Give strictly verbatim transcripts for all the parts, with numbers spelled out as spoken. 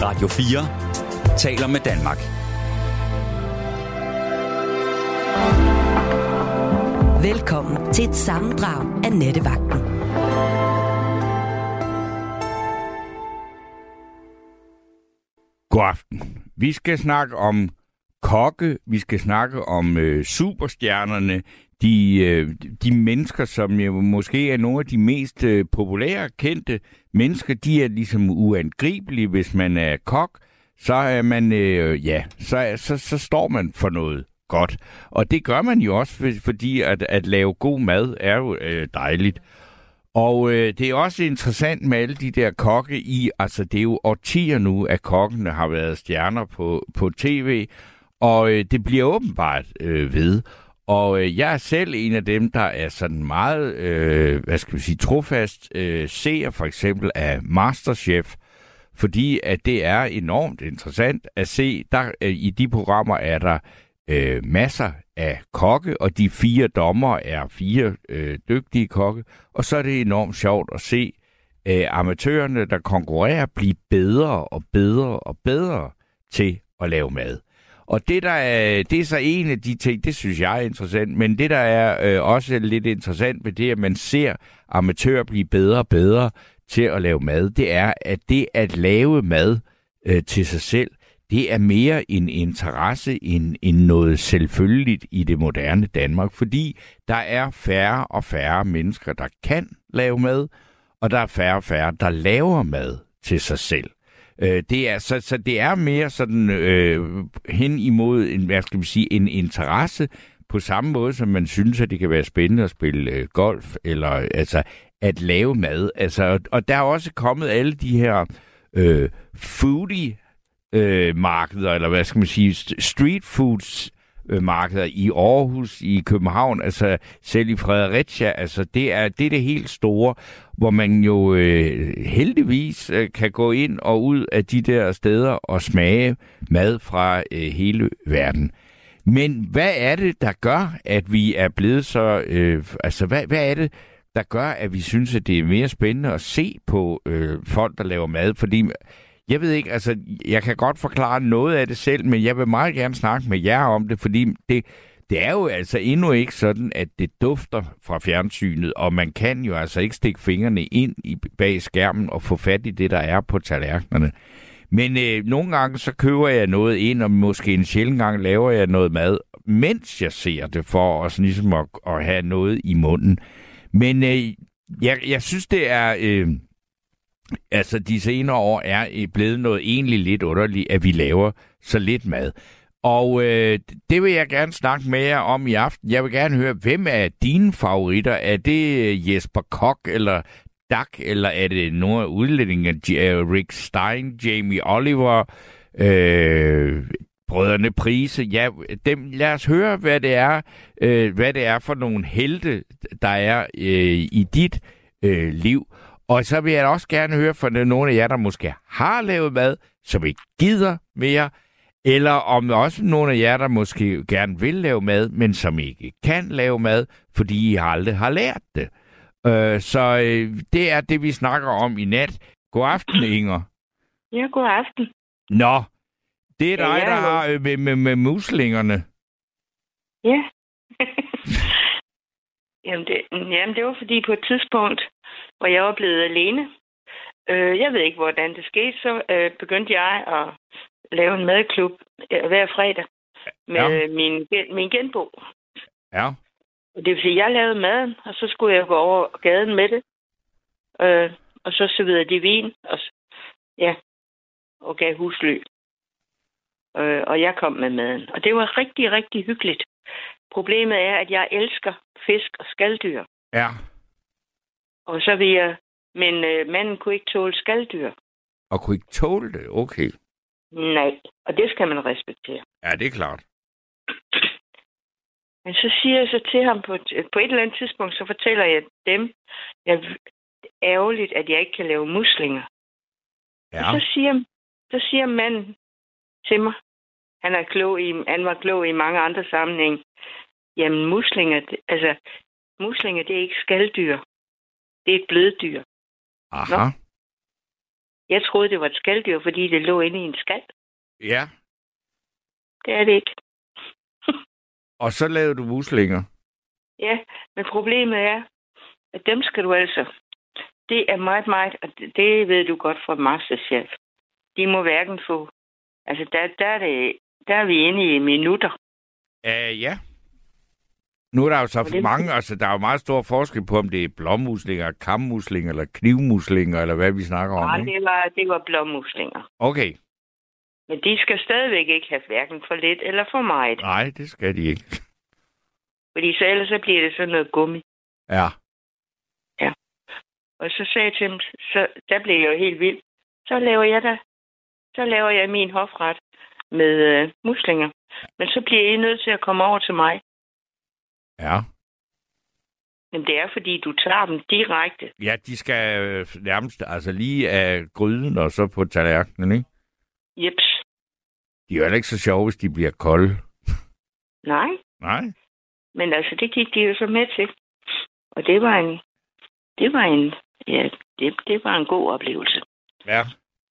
Radio fire taler med Danmark. Velkommen til et sammendrag af Nattevagten. God aften. Vi skal snakke om kokke, vi skal snakke om øh, superstjernerne, de, øh, de mennesker, som jo måske er nogle af de mest øh, populære, kendte mennesker. De er ligesom uangribelige. Hvis man er kok, så er man, øh, ja, så, så, så står man for noget godt. Og det gør man jo også, fordi at, at lave god mad er jo øh, dejligt. Og øh, det er også interessant med alle de der kokke i, altså det er jo årtier nu, at kokkene har været stjerner på, på tv, og øh, det bliver åbenbart øh, ved. Og øh, jeg er selv en af dem, der er sådan meget, øh, hvad skal vi sige, trofast øh, seer for eksempel af MasterChef, fordi at det er enormt interessant at se. Der, øh, i de programmer er der øh, masser af kokke, og de fire dommer er fire øh, dygtige kokke. Og så er det enormt sjovt at se øh, amatørerne, der konkurrerer, blive bedre og bedre og bedre til at lave mad. Og det, der er, det er så en af de ting, det synes jeg er interessant, men det, der er øh, også lidt interessant ved det, at man ser amatører blive bedre og bedre til at lave mad, det er, at det at lave mad øh, til sig selv, det er mere en interesse end, end noget selvfølgeligt i det moderne Danmark, fordi der er færre og færre mennesker, der kan lave mad, og der er færre og færre, der laver mad til sig selv. Øh, det er, så, så det er mere sådan øh, hen imod en, hvad skal vi sige, en interesse, på samme måde som man synes, at det kan være spændende at spille øh, golf, eller altså at lave mad. Altså, og, og der er også kommet alle de her øh, foodie Øh, markeder, eller hvad skal man sige, street foods øh, markeder i Aarhus, i København, altså selv i Fredericia, altså det er det, er det helt store, hvor man jo øh, heldigvis øh, kan gå ind og ud af de der steder og smage mad fra øh, hele verden. Men hvad er det, der gør, at vi er blevet så, øh, altså hvad, hvad er det, der gør, at vi synes, at det er mere spændende at se på øh, folk, der laver mad, fordi jeg ved ikke, altså, jeg kan godt forklare noget af det selv, men jeg vil meget gerne snakke med jer om det, fordi det, det er jo altså endnu ikke sådan, at det dufter fra fjernsynet, og man kan jo altså ikke stikke fingrene ind i, bag skærmen og få fat i det, der er på tallerkenerne. Men øh, nogle gange så køber jeg noget ind, og måske en sjældent gang laver jeg noget mad, mens jeg ser det, for også ligesom at, at have noget i munden. Men øh, jeg, jeg synes, det er... Øh, Altså, de senere år er blevet noget egentlig lidt underligt, at vi laver så lidt mad. Og øh, det vil jeg gerne snakke med jer om i aften. Jeg vil gerne høre, hvem er dine favoritter? Er det Jesper Kok eller Dak, eller er det nogle af udlændingene? Rick Stein, Jamie Oliver, øh, Brødrene Price? Ja, dem, lad os høre, hvad det er, øh, hvad det er for nogle helte, der er øh, i dit øh, liv. Og så vil jeg også gerne høre fra nogle af jer, der måske har lavet mad, som ikke gider mere, eller om også nogle af jer, der måske gerne vil lave mad, men som ikke kan lave mad, fordi I aldrig har lært det. Øh, så øh, det er det, vi snakker om i nat. God aften, Inger. Ja, god aften. Nå, det er dig, ja, der har øh, med, med, med muslingerne. Ja. Jamen det, jamen, det var fordi på et tidspunkt, hvor jeg var blevet alene. Øh, jeg ved ikke, hvordan det skete. Så øh, begyndte jeg at lave en madklub øh, hver fredag med ja. min, min genbo. Ja. Det vil sige, jeg lavede maden, og så skulle jeg gå over gaden med det. Øh, og så serverede de vin, og, ja, og gav husly. Øh, og jeg kom med maden. Og det var rigtig, rigtig hyggeligt. Problemet er, at jeg elsker fisk og skaldyr. Ja. Og så vil jeg... Men øh, manden kunne ikke tåle skaldyr. Og kunne ikke tåle det? Okay. Nej, og det skal man respektere. Ja, det er klart. Men så siger jeg så til ham, på et, på et eller andet tidspunkt, så fortæller jeg dem, at det er ærgerligt, at jeg ikke kan lave muslinger. Ja. Og så siger, så siger manden til mig, han er klog i, han var klog i mange andre sammenhænge. Jamen muslinger, altså muslinger, det er ikke skaldyr. Det er et bløddyr. Aha. Nå. Jeg troede, det var et skalddyr, fordi det lå inde i en skal. Ja. Det er det ikke. Og så lavede du muslinger. Ja, men problemet er, at dem skal du altså... Det er meget, meget... Og det ved du godt fra Masterchef. De må hverken få... Altså, der, der, er, det, der er vi inde i minutter. Uh, ja. Nu er der jo så det... mange... Altså, der er jo meget stor forskel på, om det er blåmuslinger, kammuslinger eller knivmuslinger, eller hvad vi snakker om. Nej, ikke? det var, det var blåmuslinger. Okay. Men de skal stadigvæk ikke have hverken for lidt eller for meget. Nej, det skal de ikke. Fordi så ellers så bliver det sådan noget gummi. Ja. Ja. Og så sagde jeg til dem, så der blev jeg jo helt vild. Så laver jeg da, så laver jeg min hofret med øh, muslinger. Men så bliver I nødt til at komme over til mig. Ja. Men det er, fordi du tager dem direkte. Ja, de skal øh, nærmest altså lige af gryden og så på tallerkenen, ikke? Jeps. De er jo heller ikke så sjove, hvis de bliver kolde. Nej. Nej. Men altså, det gik de jo så med til. Og det var en, det var en, ja, det, det var en god oplevelse. Ja.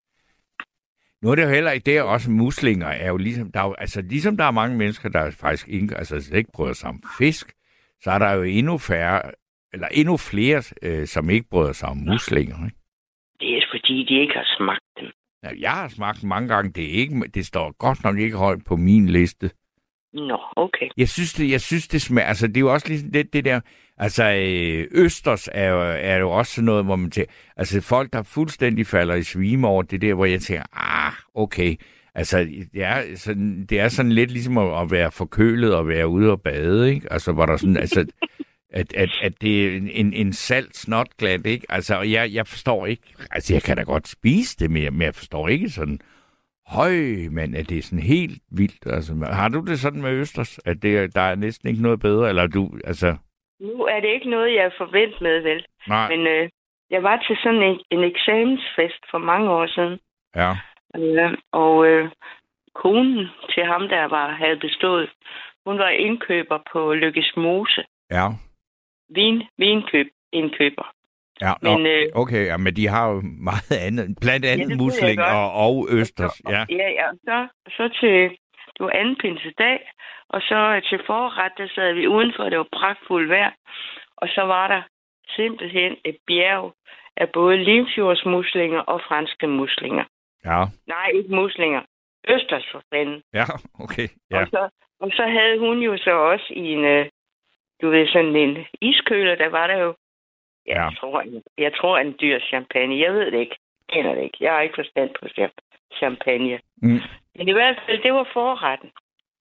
Nu er det jo heller ikke det, også muslinger er jo ligesom, der er jo, altså ligesom der er mange mennesker, der faktisk ikke, altså ikke bryder sig om fisk, så er der jo endnu færre, eller endnu flere, øh, som ikke bryder sig om muslinger, ikke? Det er fordi, de ikke har smagt dem. Ja, jeg har smagt dem mange gange, det er ikke, det står godt nok ikke højt på min liste. Nå, okay. Jeg synes, det, jeg synes, det smager... Altså, det er jo også ligesom det, det der... Altså, øh, østers er jo, er jo også sådan noget, hvor man tænker... Altså, folk, der fuldstændig falder i svime over det der, hvor jeg tænker, ah, okay. Altså, det er sådan, det er sådan lidt ligesom at, at være forkølet og være ude og bade, ikke? Altså, hvor der sådan... altså, at, at, at det er en, en salt snotglat, ikke? Altså, jeg, jeg forstår ikke... Altså, jeg kan da godt spise det, men jeg forstår ikke sådan... Høj, men er det sådan helt vildt? Altså, har du det sådan med østers, at det, der er næsten ikke noget bedre? Eller du, altså... Nu er det ikke noget, jeg er forventet med, vel? Nej. Men øh, jeg var til sådan en, en eksamensfest for mange år siden. Ja. Øh, og øh, konen til ham, der var, havde bestået, hun var indkøber på Lykkes Mose. Ja. Vin, vinkøb, indkøber. Ja, men, øh, okay, ja, men de har jo meget andet, blandt andet ja, musling og, og østers. Ja, ja, ja. Så, så til, det var anden pinsedag, og så til forret, der sad vi udenfor, det var pragtfuldt vejr, og så var der simpelthen et bjerg af både Limfjordsmuslinger og franske muslinger. Ja. Nej, ikke muslinger. Østers for fanden. Ja, okay. Ja. Og, så, og så havde hun jo så også i en, du ved, sådan en iskøler, der var der jo, ja. jeg, tror, jeg tror en dyr champagne. Jeg ved det ikke. Jeg kender det ikke. Jeg har ikke forstand på champagne. Mm. Men i hvert fald, det var forretten.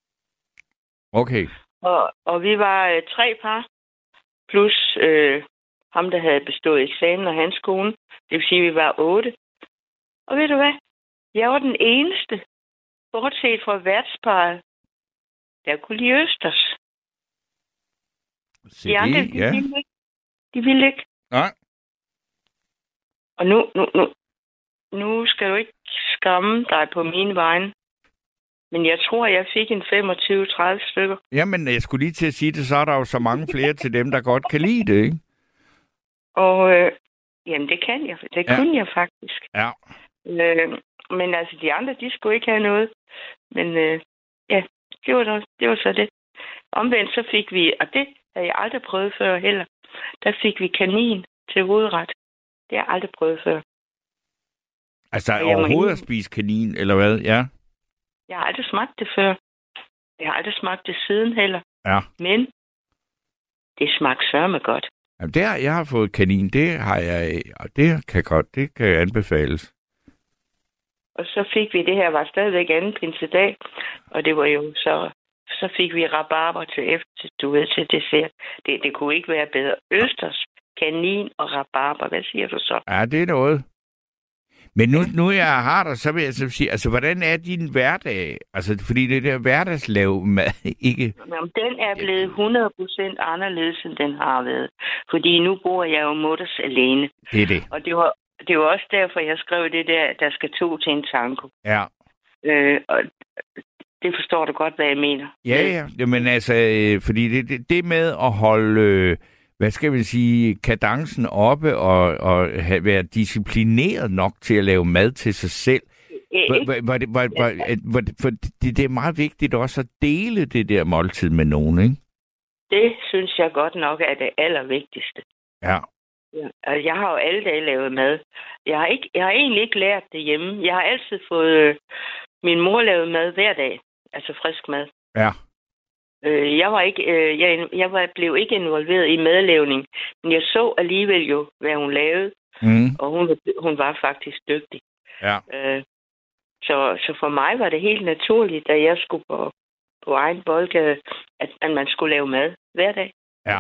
Okay. Og, og vi var øh, tre par, plus øh, ham, der havde bestået eksamen og hans kone. Det vil sige, at vi var otte. Og ved du hvad? Jeg var den eneste, bortset fra værtsparret, der kunne lide østers. Se de andre, det, de ja. ville ikke. De ville ikke. Nej. Og nu, nu, nu, nu skal du ikke skamme dig på mine vegne. Men jeg tror, jeg fik en femogtyve til tredive stykker. Jamen, jeg skulle lige til at sige det, så er der jo så mange flere til dem, der godt kan lide det, ikke? Og øh, jamen, det kan jeg. Det ja. kunne jeg faktisk. Ja. Øh, men altså, de andre, de skulle ikke have noget. Men øh, ja, det var, det var så det. Omvendt så fik vi, og det havde jeg aldrig prøvet før heller, der fik vi kanin til hovedret. Det har jeg aldrig prøvet før. Altså overhovedet at spise kanin, eller hvad? Ja. Jeg har aldrig smagt det før. Jeg har aldrig smagt det siden heller. Ja. Men det smagte sørme godt. Jamen, det har, jeg har fået kanin, det har jeg, og det kan godt, det kan anbefales. Og så fik vi, det her var stadigvæk anden pinsedag, og det var jo så, så fik vi rabarber til efter, du ved, til dessert. Det, det kunne ikke være bedre. Østers, kanin og rabarber, hvad siger du så? Ja, det er noget. Men nu, nu jeg har dig, så vil jeg så sige, altså, hvordan er din hverdag? Altså, fordi det der hverdagslav mad, ikke... Jamen, den er blevet hundrede procent anderledes, end den har været. Fordi nu bor jeg jo mutters alene. Det er det. Og det var, det var også derfor, jeg skrev det der, der skal to til en tango. Ja. Øh, og det forstår du godt, hvad jeg mener. Ja, ja. Jamen, altså, øh, fordi det, det, det med at holde... Øh, hvad skal vi sige, kadencen oppe og, og have, være disciplineret nok til at lave mad til sig selv. For det er meget vigtigt også at dele det der måltid med nogen, ikke? Det synes jeg godt nok er det allervigtigste. Ja. Ja, altså, jeg har jo alle dage lavet mad. Jeg har, ikke, jeg har egentlig ikke lært det hjemme. Jeg har altid fået øh, min mor lavet mad hver dag. Altså frisk mad. Ja. Øh, jeg var ikke, øh, jeg, jeg var, blev ikke involveret i madlavning, men jeg så alligevel jo, hvad hun lavede. Mm. Og hun, hun var faktisk dygtig. Ja. Øh, så, så for mig var det helt naturligt, da jeg skulle på, på egen boldgade, at, at man skulle lave mad hver dag. Ja.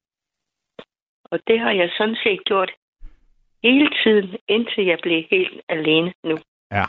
Og det har jeg sådan set gjort hele tiden, indtil jeg blev helt alene nu. Ja.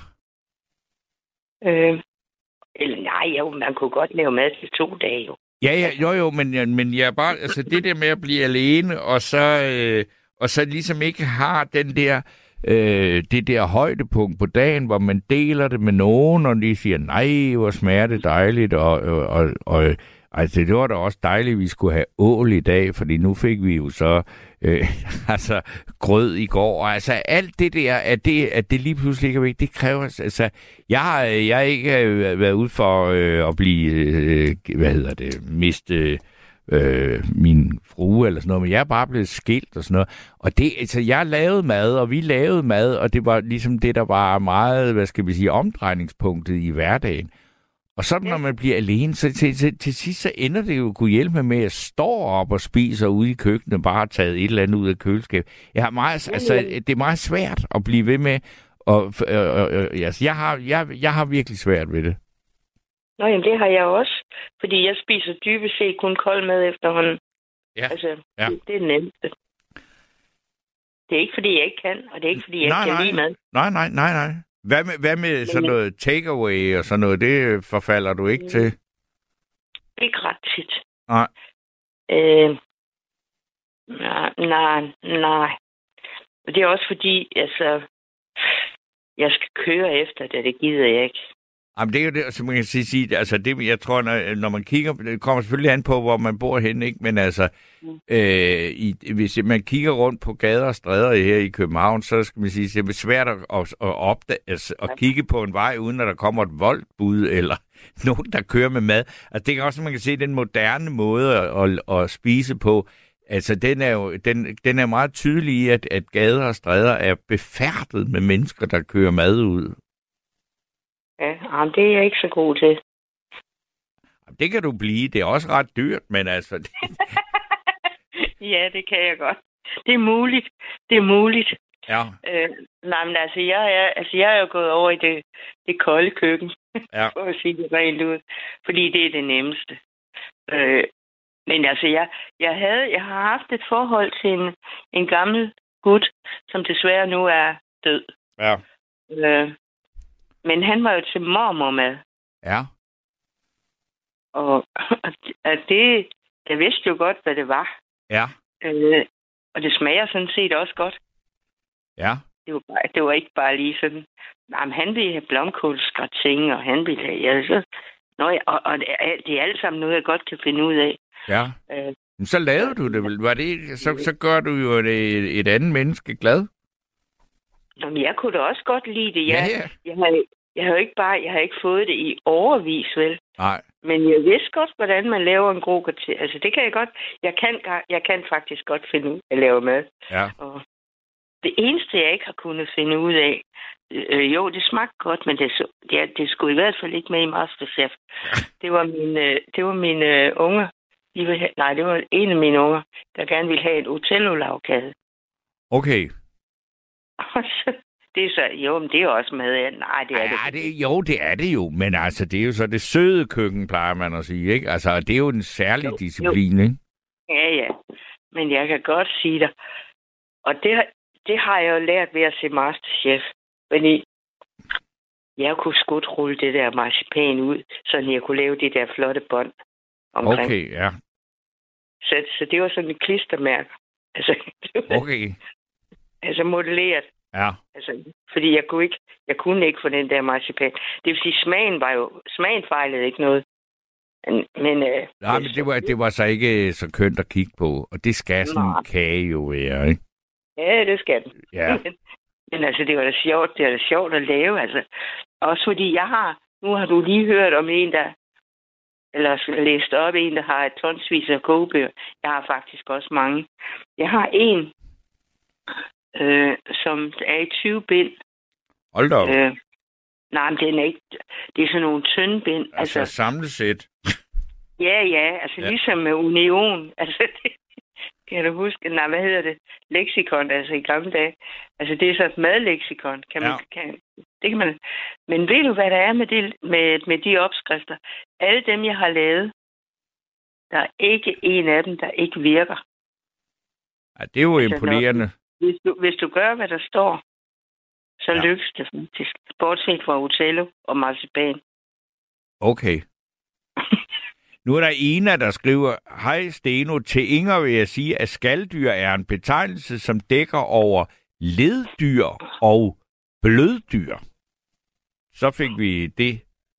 Øh, eller nej, jo, man kunne godt lave mad til to dage jo. Ja, ja, jo, jo, men, men jeg bare, altså det der med at blive alene, og så, øh, og så ligesom ikke har den der, øh, det der højdepunkt på dagen, hvor man deler det med nogen, og de siger, nej, hvor smager det dejligt, og, og, og, og altså, det var da også dejligt, at vi skulle have ål i dag, fordi nu fik vi jo så øh, altså, grød i går. Og altså, alt det der, at det, at det lige pludselig ikke er vigtigt, det kræver... Altså, jeg har, jeg har ikke været ude for øh, at blive, øh, hvad hedder det, miste øh, min frue eller sådan noget, men jeg er bare blevet skilt og sådan noget. Og det, altså, jeg lavede mad, og vi lavede mad, og det var ligesom det, der var meget, hvad skal vi sige, omdrejningspunktet i hverdagen. Og så når man bliver alene, så til, til, til sidst så ender det jo at kunne hjælpe med at stå op og spise ude i køkkenet, bare have taget et eller andet ud af køleskabet. Jeg har meget, altså, det er meget svært at blive ved med. Og, øh, øh, altså, jeg, har, jeg, jeg har virkelig svært ved det. Nå, jamen det har jeg også. Fordi jeg spiser dybest set kun kold mad efterhånden. Ja. Altså, ja. Det, det er nemt. Det er ikke, fordi jeg ikke kan, og det er ikke, fordi jeg nej, ikke kan nej. lide mad. Nej, nej, nej, nej. Hvad med, hvad med sådan noget takeaway og sådan noget? Det forfalder du ikke til? Ikke ret tit. Nej. Øh, nej, nej, nej. Det er også fordi, altså, jeg skal køre efter det, det gider jeg ikke. Jamen, det er jo det, som man kan sige, altså det, jeg tror, når, når man kigger, det kommer selvfølgelig an på, hvor man bor henne, ikke? Men altså, mm. øh, i, hvis man kigger rundt på gader og stræder her i København, så skal man sige, det er svært at, at, at, opdage, altså, at kigge på en vej, uden at der kommer et voldbud, eller nogen, der kører med mad. Altså, det er også, man kan se, den moderne måde at, at, at spise på, altså, den er jo den, den er meget tydelig i, at, at gader og stræder er befærdet med mennesker, der kører mad ud. Ja, det er jeg ikke så god til. Det kan du blive. Det er også ret dyrt, men altså... Det... ja, det kan jeg godt. Det er muligt. Det er muligt. Ja. Øh, nej, men altså jeg, er, altså, jeg er jo gået over i det, det kolde køkken, ja. for at sige det rent ud. Fordi det er det nemmeste. Øh, men altså, jeg, jeg, havde, jeg har haft et forhold til en, en gammel gut, som desværre nu er død. Ja. Øh, Men han var jo til mormormad. Ja. Og at det, jeg vidste jo godt, hvad det var. Ja. Øh, og det smager sådan set også godt. Ja. Det var, bare, det var ikke bare lige sådan, nej, men han ville have blomkålsgratin, og han ville have, ja, så, nå, ja, og, og det, er, det er alt sammen noget, jeg godt kan finde ud af. Ja. Øh, men så lavede du det vel? Var det, så, så gør du jo et, et andet menneske glad. Jamen, jeg kunne da også godt lide det. Jeg, ja, ja. Jeg, har, jeg har jo ikke bare, jeg har ikke fået det i overvis, vel? Nej. Men jeg vidste godt, hvordan man laver en god gratin. Altså, det kan jeg godt. Jeg kan, jeg kan faktisk godt finde ud af at lave mad. Ja. Og det eneste, jeg ikke har kunnet finde ud af, øh, jo, det smagte godt, men det, det, det skulle i hvert fald ikke med i Masterchef. Det var mine, det var mine øh, unger. De ville have, nej, det var en af mine unger, der gerne ville have en Otello-lavkage. Okay. Det er så, jo, men det er også mad. Nej, det er ja, det. det. Jo, det er det jo. Men altså, det er jo så det søde køkken, plejer man at sige, ikke? Altså, det er jo en særlig jo, disciplin, jo. Ikke? Ja, ja. Men jeg kan godt sige dig. Og det, det har jeg jo lært ved at se Masterchef. Fordi jeg kunne sgu rulle det der marcipan ud, så jeg kunne lave de der flotte bånd omkring. Okay, ja. Så, så det var sådan et klistermærke. Altså, okay. Altså modelleret. Ja. Altså, fordi jeg kunne ikke, jeg kunne ikke få den der marcipan. Det vil sige, smagen var jo, smagen fejlede ikke noget. Men, øh, Nej, men det var, det var så ikke så kønt at kigge på. Og det skal sådan en kage jo være, ikke? Ja, det skal den. Ja. Men, men altså, det var da sjovt. Det er da sjovt at lave, altså. Også fordi jeg har... Nu har du lige hørt om en, der... Eller læst op en, der har et tonsvis af kogebøger. Jeg har faktisk også mange. Jeg har en, øh, som er i tyve bind. Hold da op. Øh, nej, men den er ikke... Det er sådan nogle tynde bind. Altså, altså samlesæt. Ja, ja. Altså ja. Ligesom med Union. Altså, det, kan du huske? Nej, hvad hedder det? Leksikon, altså i gamle dage. Altså, det er så et madleksikon. Kan man, ja. kan, det kan man... Men ved du, hvad der er med, det, med, med de opskrifter? Alle dem, jeg har lavet, der er ikke en af dem, der ikke virker. Ja, det er jo altså, imponerende. Når, hvis, du, hvis du gør, hvad der står, så ja. lykkes det faktisk. Bortset fra Otello og marcipan. Okay. Nu er der en, der skriver, hej Steno, til Inger vil jeg sige, at skaldyr er en betegnelse, som dækker over leddyr og bløddyr. Så fik vi det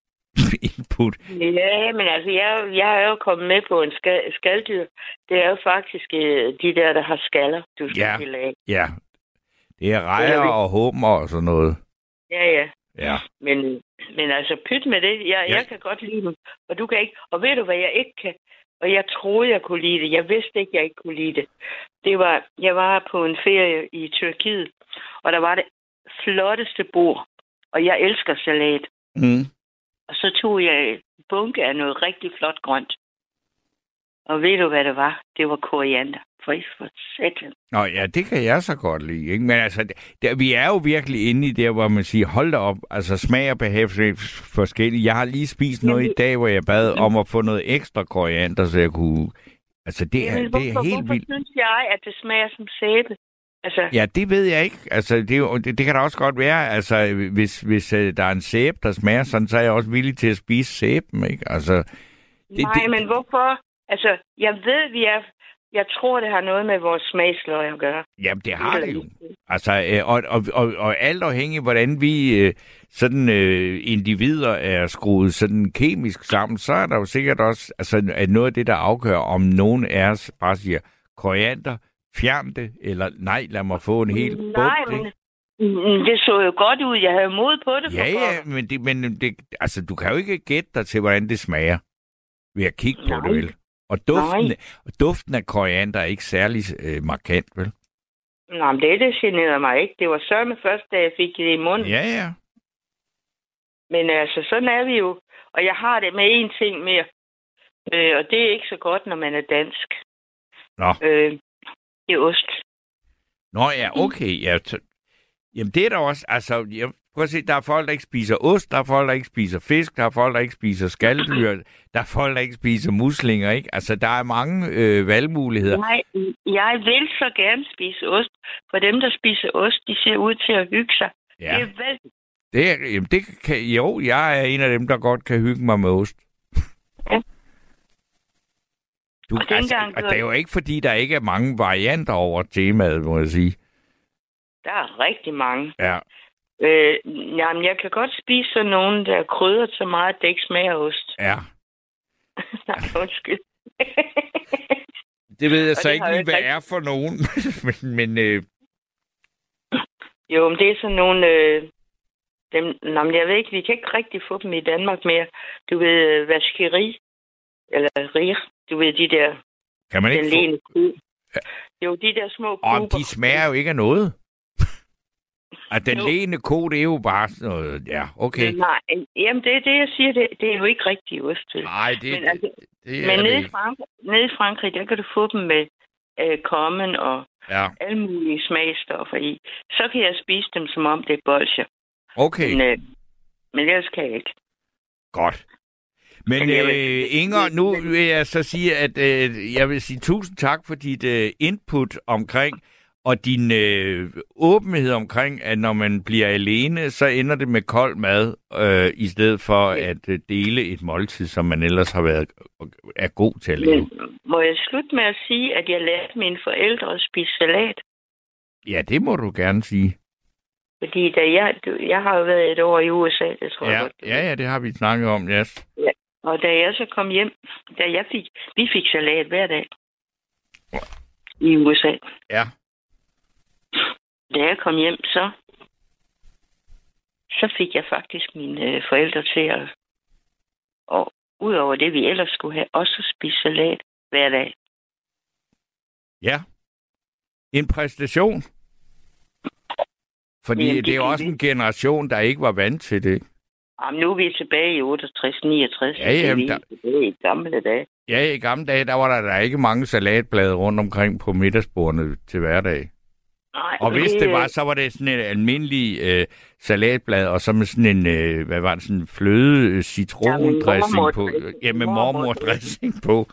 input. Ja, men altså, jeg, jeg er jo kommet med på en skal, skalddyr. Det er jo faktisk de der, der har skaller, du skal ja. lave. Ja, det er rejer og hummer og sådan noget. Ja, ja. Ja. Men, men altså, pyt med det. Jeg, ja. jeg kan godt lide dem, og du kan ikke. Og ved du, hvad jeg ikke kan? Og jeg troede, jeg kunne lide det. Jeg vidste ikke, jeg ikke kunne lide det. Det var, jeg var på en ferie i Tyrkiet, og der var det flotteste bord. Og jeg elsker salat. Mm. Og så tog jeg en bunke af noget rigtig flot grønt. Og ved du, hvad det var? Det var koriander. For sætten. Nå ja, det kan jeg så godt lide. Ikke? Men altså, der, vi er jo virkelig inde i det, hvor man siger, hold da op, altså smag og behag forskelligt. Jeg har lige spist noget Jamen, i dag, hvor jeg bad om at få noget ekstra koriander, så jeg kunne... Altså, det er, Jamen, hvorfor, det er helt hvorfor vildt. Hvorfor synes jeg, at det smager som sæbe? Altså... Ja, det ved jeg ikke. Altså, det, det, det kan da også godt være. Altså, hvis, hvis uh, der er en sæbe, der smager sådan, så er jeg også villig til at spise sæben, ikke? Altså... Det, Nej, det, men hvorfor? Altså, jeg ved, vi er... Jeg tror, det har noget med vores smagsløg at gøre. Jamen, det har det jo. Altså, øh, og, og, og, og alt afhængig, hvordan vi øh, sådan øh, individer er skruet sådan kemisk sammen, så er der jo sikkert også altså, at noget af det, der afgør, om nogen af os bare siger, koriander, fjern det, eller nej, lad mig få en helt bund. Nej, men det så jo godt ud. Jeg havde mod på det. Ja, ja, men, det, men det, altså, du kan jo ikke gætte dig til, hvordan det smager ved at kigge på nej. det, vel? Og duften, og duften af koriander er ikke særlig øh, markant, vel? Nej, men det, det generede mig ikke. Det var sørme først, da jeg fik det i munden. Ja, ja. Men altså, sådan er vi jo. Og jeg har det med én ting mere. Øh, og det er ikke så godt, når man er dansk. Nå. Øh, det er ost. Nå ja, okay. Ja, t- Jamen det er der også, altså, jeg, prøv at se, der er folk, der ikke spiser ost, der er folk, der ikke spiser fisk, der er folk, der ikke spiser skaldyr, der er folk, der ikke spiser muslinger, ikke? Altså, der er mange øh, valgmuligheder. Nej, jeg vil så gerne spise ost, for dem, der spiser ost, de ser ud til at hygge sig. Ja. Det er vel... Det er, jamen det kan, jo, jeg er en af dem, der godt kan hygge mig med ost. Ja. Du, og, altså, og det er jo ikke, fordi der ikke er mange varianter over temaet, må jeg sige. Der er rigtig mange. Ja. Øh, jamen, jeg kan godt spise sådan nogen, der er krydret så meget, at det ikke smager ost. Ja. Nej, undskyld. Det ved jeg så ikke lige, hvad er for nogen. men, men øh... Jo, men det er sådan nogle... Øh, dem, jamen, jeg ved ikke, vi kan ikke rigtig få dem i Danmark mere. Du ved, vaskeri, eller rir, du ved, de der... Kan man ikke den få... Ja. Jo, de der små kuber. Og de smager jo ikke af noget. At den lene ko, det er jo bare sådan noget... Ja, okay. Nej, jamen det er det, jeg siger, det, det er jo ikke rigtig ost. Nej, det, men, altså, det, det er Men det nede, ikke. I Frankrig, nede i Frankrig, der kan du få dem med øh, kommen og ja. alle mulige smagstoffer i. Så kan jeg spise dem, som om det er bolsjer. Okay. Men, øh, men ellers kan jeg ikke. Godt. Men, men øh, Inger, nu vil jeg så sige, at øh, jeg vil sige tusind tak for dit øh, input omkring, og din øh, åbenhed omkring, at når man bliver alene, så ender det med kold mad, øh, i stedet for ja. at øh, dele et måltid, som man ellers har været er god til at lave. Men, må jeg slutte med at sige, at jeg lærte mine forældre at spise salat? Ja, det må du gerne sige. Fordi da jeg, jeg har jo været et år i U S A, det tror ja, jeg godt. Ja, ja, det har vi snakket om, yes. Ja. Og da jeg så kom hjem, da jeg fik, vi fik salat hver dag i U S A. Ja. Da jeg kom hjem, så, så fik jeg faktisk mine øh, forældre til at, og udover det, vi ellers skulle have, også spise salat hver dag. Ja. En præstation. Fordi Jamen, det, det det er jo også en generation, der ikke var vant til det. Jamen, nu er vi tilbage i otteogtres niogtres. Ja, ja, vi der... tilbage i gamle dage. Ja, i gamle dage, der var der, der ikke mange salatblade rundt omkring på middagsbordene til hverdag. Nej, og hvis det, det var, så var det sådan en almindelig øh, salatblad, og så med sådan en, øh, hvad var det, sådan en fløde citrondressing ja, på. Ja, med mormordressing på.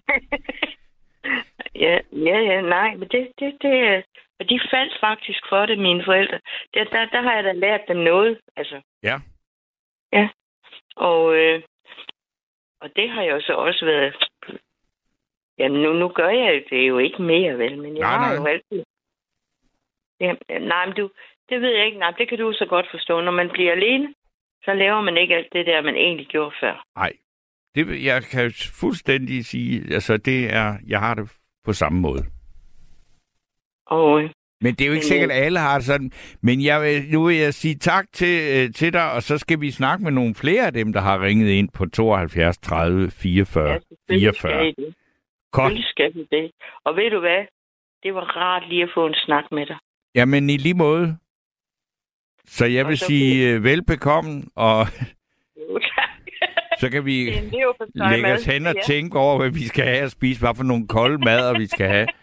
ja, ja, ja, nej, men det, det, det, og de faldt faktisk for det, mine forældre. Der, der, der har jeg da lært dem noget, altså. Ja. Ja, og, øh, og det har jo så også været... Jamen, nu, nu gør jeg det jo ikke mere, vel, men jeg nej, har nej. jo altid... Ja, nej, men du, det ved jeg ikke. Nej, det kan du så godt forstå. Når man bliver alene, så laver man ikke alt det der, man egentlig gjorde før. Nej, det, jeg kan fuldstændig sige, altså det er, jeg har det på samme måde. Og... Men det er jo ikke sikkert, at alle har det sådan. Men jeg vil, nu vil jeg sige tak til, til dig, og så skal vi snakke med nogle flere af dem, der har ringet ind på tooghalvfjerds tredive fireogfyrre fireogfyrre. Godt. Skal vi det. Og ved du hvad? Det var rart lige at få en snak med dig. Jamen i lige måde. Så jeg vil så sige uh, velbekomme, og jo, så kan vi lægge os hen og ja. tænke over, hvad vi skal have at spise, hvad for nogle kolde mader vi skal have.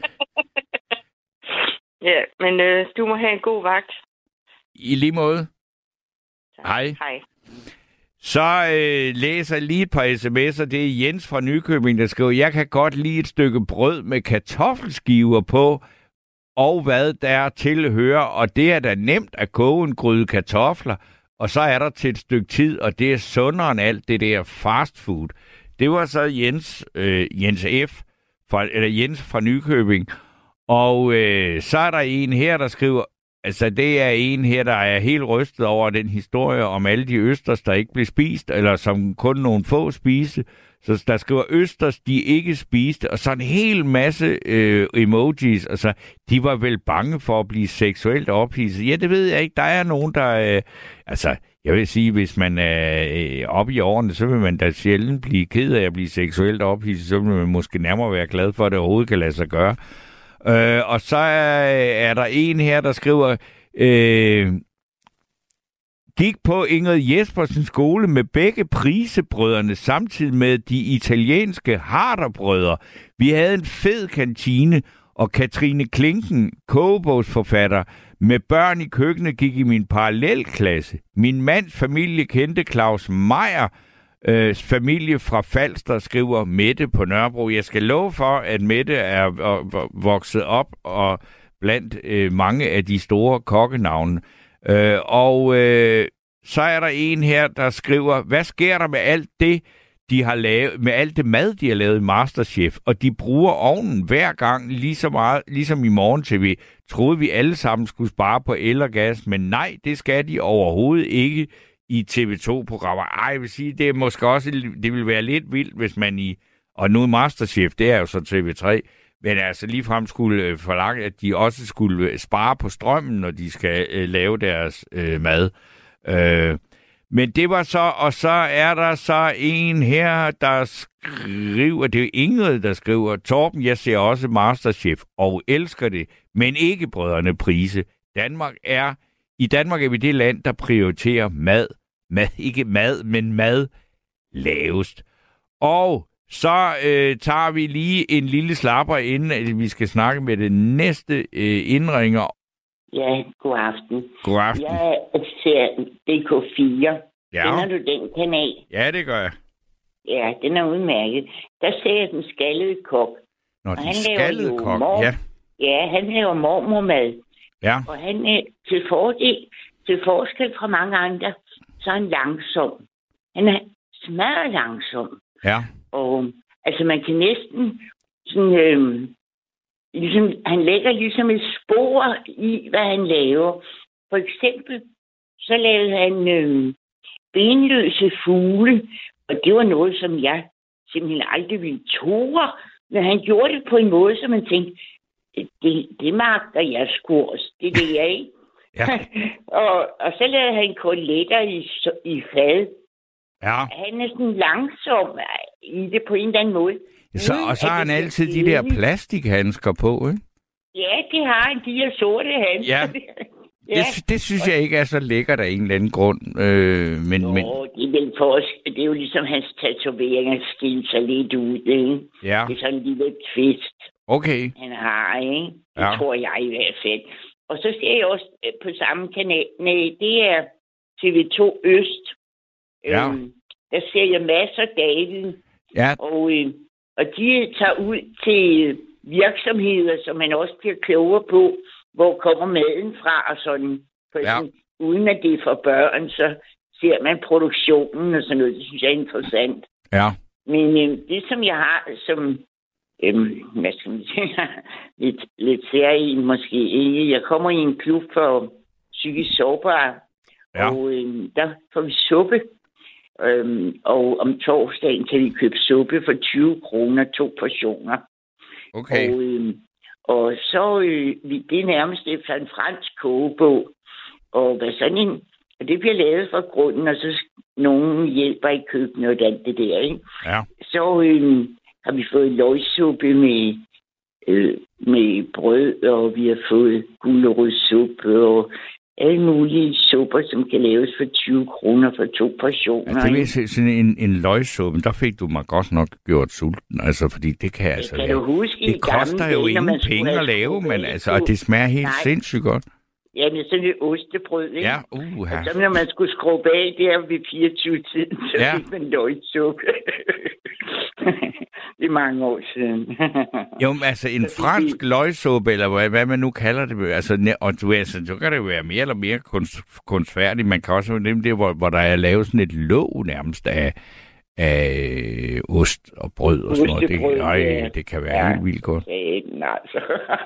Ja, men øh, du må have en god vagt. I lige måde. Tak. Hej. Hej. Så øh, læser jeg lige et par sms'er. Det er Jens fra Nykøbing, der skriver, jeg kan godt lide et stykke brød med kartoffelskiver på, og hvad der tilhører, og det er da nemt at koge en gryde kartofler, og så er der til et stykke tid, og det er sundere end alt det der fast food. Det var så Jens, øh, Jens F. Fra, eller Jens fra Nykøbing. Og øh, så er der en her, der skriver, altså det er en her, der er helt rystet over den historie om alle de østers, der ikke blev spist, eller som kun nogle få spiste. Så der skriver østers, de ikke spiste, og så en hel masse øh, emojis. Altså, de var vel bange for at blive seksuelt ophidset. Ja, det ved jeg ikke. Der er nogen, der... Øh, altså, jeg vil sige, hvis man er øh, oppe i årene, så vil man da sjældent blive ked af at blive seksuelt ophidset. Så vil man måske nærmere være glad for, at det overhovedet kan lade sig gøre. Øh, og så er, er der en her, der skriver... Øh, gik på Ingrid Jespersens skole med begge Prisebrødrene, samtidig med de italienske Harderbrødre. Vi havde en fed kantine, og Katrine Klinken, kogebogsforfatter, med børn i køkkenet gik i min parallelklasse. Min mands familie kendte Claus Meier, øh, familie fra Falster, skriver Mette på Nørrebro. Jeg skal love for, at Mette er øh, vokset op og blandt øh, mange af de store kokkenavne. Øh, og øh, så er der en her, der skriver, hvad sker der med alt det, de har lavet, med alt det mad, de har lavet i MasterChef, og de bruger ovnen hver gang, lige så meget, ligesom i morgen-T V. Troede vi alle sammen skulle spare på el og gas, men nej, det skal de overhovedet ikke i T V to-programmer. Ej, jeg vil sige, det er måske også, det vil være lidt vildt, hvis man i, og nu MasterChef, det er jo så T V tre, men altså ligefrem skulle forlange, at de også skulle spare på strømmen, når de skal øh, lave deres øh, mad. Øh, men det var så, og så er der så en her, der skriver, det er Ingrid, der skriver, Torben, jeg ser også MasterChef og elsker det, men ikke Brødrene Prise. Danmark er, i Danmark er vi det land, der prioriterer mad, mad, ikke mad, men mad lavest. Og så øh, tager vi lige en lille slapper, inden at vi skal snakke med det næste øh, indringer. Ja, god aften. God aften. Jeg ser D K fire. Ja. Kender du den kanal? Ja, det gør jeg. Ja, den er udmærket. Der ser jeg den skaldede kok. Nå, den skaldede kok, mor- ja. Ja, han laver mormormad. Ja. Og han er til fordel, til forskel fra mange andre, så er han langsom. Han er smadret langsom. Ja. Og altså, man kan næsten sådan, øh, ligesom, han lægger ligesom et spor i, hvad han laver. For eksempel, så lavede han øh, benløse fugle Og det var noget, som jeg simpelthen aldrig ville ture. Men han gjorde det på en måde, som man tænkte, det, det magter jeg sgu også. Det er det, jeg ikke. Ja. og, og så lavede han koteletter i, i fad. Ja. Han er sådan langsom i det på en eller anden måde. Så, og så har han altid de der plastikhandsker på, ikke? Ja, det har han. De er sorte handsker. Ja. Ja. Det, det synes jeg ikke er så lækkert af en eller anden grund. Øh, men, Nå, men... det er vel for os. Det er jo ligesom hans tatoveringer skilte sig lidt ud, ikke? Ja. Det er sådan en lille twist, Okay. han har, ikke? Det Ja. tror jeg i hvert fald. Og så ser jeg også på samme kanal. Nej, det er T V to Øst. Ja. Øhm, der ser jeg masser af David. Ja. Og, øh, og de tager ud til virksomheder, som man også bliver klogere på, hvor kommer maden fra og sådan. For Ja. sådan uden at det er for børn, så ser man produktionen og sådan noget. Det synes jeg er interessant. Ja. Men øh, det, som jeg har som øh, hvad skal man sige, lidt, lidt særlig måske ikke. Jeg kommer i en klub for psykisk sårbare, Ja. og øh, der får vi suppe. Øhm, og om torsdagen kan vi købe suppe for tyve kroner, to portioner. Okay. Og, øh, og så øh, vi- det er nærmest efter en fransk kogebog. Og hvad sådan en, og det bliver lavet fra grunden, og så sk- nogen hjælper i køkkenet og alt det der, ikke? Ja. Så øh, har vi fået løgsuppe med, øh, med brød, og vi har fået gulerodssuppe og alle mulige supper, som kan laves for tyve kroner for to portioner. Altså, det vil ikke? sige, sådan en, en løgsuppe, der fik du mig godt nok gjort sulten. Altså, fordi det kan altså kan være... du huske, i Det gamle koster jo dage, når ingen man skulle penge have at lave, men chokolade altså, på- og det smager helt Nej. sindssygt godt. Ja, det er sådan et ostebrød, ikke? Ja, uha. Og så når man skulle skrubbe af der ved fireogtyve-tiden, så Ja. fik man løgsuppe. Det er mange år siden. Jo, men altså en Så fransk det- løgsuppe, eller hvad, hvad man nu kalder det, altså, ne- og du ved, altså, så kan det jo være mere eller mere kunst, kunstfærdigt. Man kan også nemt det, hvor, hvor der er lavet sådan et låg nærmest af, af ost og brød og sådan noget. Det, Ostebrød, øj, ja. det kan være Ja. helt vildt godt. Satan, altså.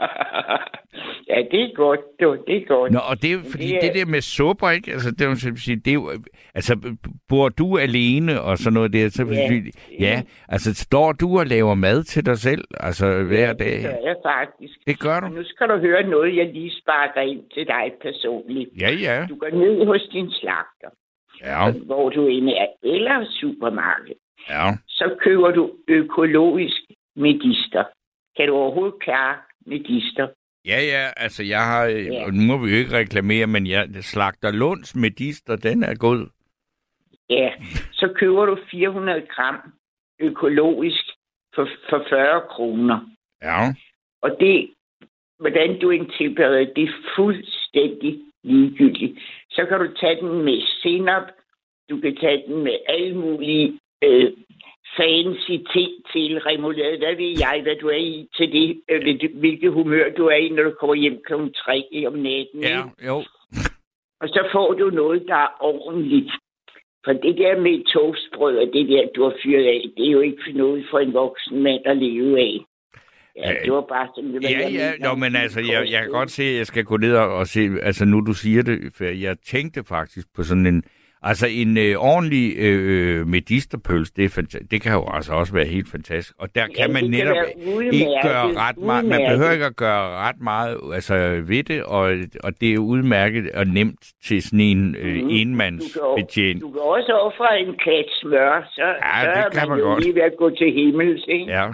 Ja, det er godt, du. Det er godt. Nå, og det er jo fordi, det er- det der med supper, ikke? Altså, det er jo, som sige, det er jo, altså, bor du alene og sådan noget der? Så, Ja. ja, altså, står du og laver mad til dig selv, altså, hver dag? Det gør jeg faktisk. Det gør du? Og nu skal du høre noget, jeg lige sparker ind til dig personligt. Ja, ja. Du går ned hos din slagter, Ja, hvor du inde er, eller supermarked. ja. Så køber du økologisk medister. Kan du overhovedet klare medister? Ja, ja, altså jeg har, Ja. ja. nu må vi jo ikke reklamere, men jeg slagter Lunds medister, den er god. Ja, så køber du fire hundrede gram økologisk for, for fyrre kroner. Ja, Og det, hvordan du ikke tilbereder, det er fuldstændig ligegyldigt. Så kan du tage den med senap, du kan tage den med alle mulige øh, fancy ting til remoulade. Hvad ved jeg, hvad du er i til det, øh, hvilket humør du er i, når du kommer hjem klokken tre om natten. ja, ikke? jo. Og så får du noget, der er ordentligt. For det der med toastbrød og det der, du har fyret af, det er jo ikke noget for en voksen mand at leve af. Ja, det var bare sådan, det var, Ja, jeg ja, mener. jo, men altså, jeg, jeg kan godt se, at jeg skal gå ned og, og se, altså nu du siger det, for jeg tænkte faktisk på sådan en, altså en øh, ordentlig øh, medisterpøls, det, er fanta- det kan jo altså også være helt fantastisk, og der Ja, kan man det kan netop være ikke udmærket, gøre ret meget, man udmærket. behøver ikke at gøre ret meget altså, ved det, og, og det er udmærket og nemt til sådan en øh, Mhm. Du kan, enmandsbetjent. du kan også ofre en klat smør, så, Ja, så det er kan man, man jo godt. lige ved at gå til himmels, ikke? Ja.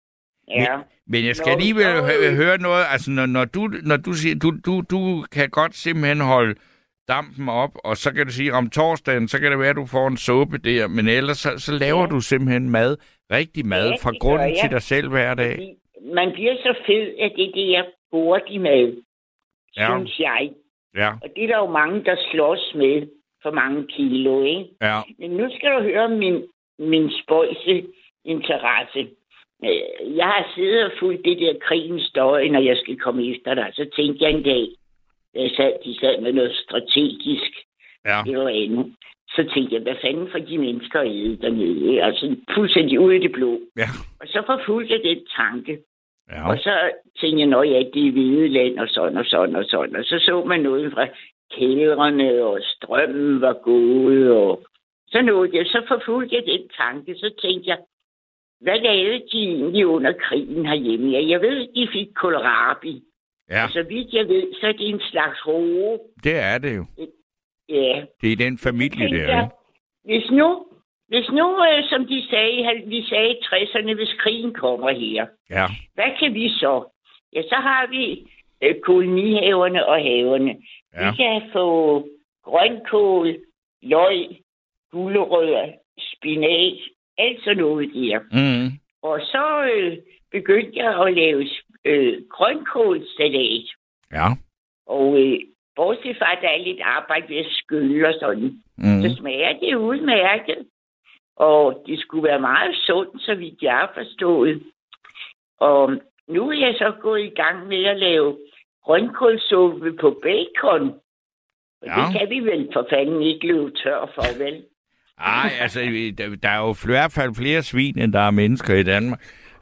Ja. Men jeg skal Nå, alligevel så- hø- høre noget, altså når, når, du, når du siger, du, du, du kan godt simpelthen holde dampen op, og så kan du sige, om torsdagen, så kan det være, at du får en suppe der, men ellers så, så laver Ja. du simpelthen mad, rigtig mad, Ja, fra det gør grunden jeg. til dig selv hver dag. Fordi man bliver så fed, at det er det, jeg hurtig mad, Ja. synes jeg. Ja, Og det er der jo mange, der slås med for mange kilo, ikke? ja, Men nu skal du høre min, min spøjse interesse. Øh, Jeg har siddet og fulgt det der krigens døje, når jeg skal komme efter dig. Så tænkte jeg en dag, da jeg sad, de sad med noget strategisk ja, eller andet. Så tænkte jeg, hvad fanden for de mennesker at æde dernede? ikke? Altså fuldstændig ude i det blå. ja, Og så forfulgte jeg den tanke. ja, Og så tænkte jeg, nå ja, det er hvide land og sådan og sådan og sådan. Og så så man noget fra kældrene, og strømmen var gået, og så nåede jeg, så forfulgte jeg den tanke, så tænkte jeg, hvad lavede de egentlig under krigen herhjemme? Ja, jeg ved, de fik kohlrabi. Ja. Og så vidt jeg ved, så er det en slags roe. Det er det jo. Ja. Det er den familie der, jeg, hvis nu, hvis nu, øh, som de sagde, vi sagde i tresserne, hvis krigen kommer her, ja. hvad kan vi så? Ja, så har vi øh, kolonihaverne og haverne. Ja. Vi kan få grønkål, løg, gulerødder, spinat, alt sådan noget der. Mm. Og så øh, begyndte jeg at lave øh, grønkålsalat. Ja. Og øh, bortset fra, at der er lidt arbejde ved at skylle og sådan, mm. så smager det udmærket. Og det skulle være meget sundt, så vidt jeg har forstået. Og nu er jeg så gået i gang med at lave grønkålsuppe på bacon. Og ja. Det kan vi vel for fanden ikke løbe tør for, vel? Ej, altså, der, der er jo i hvert fald flere svin, end der er mennesker i Danmark.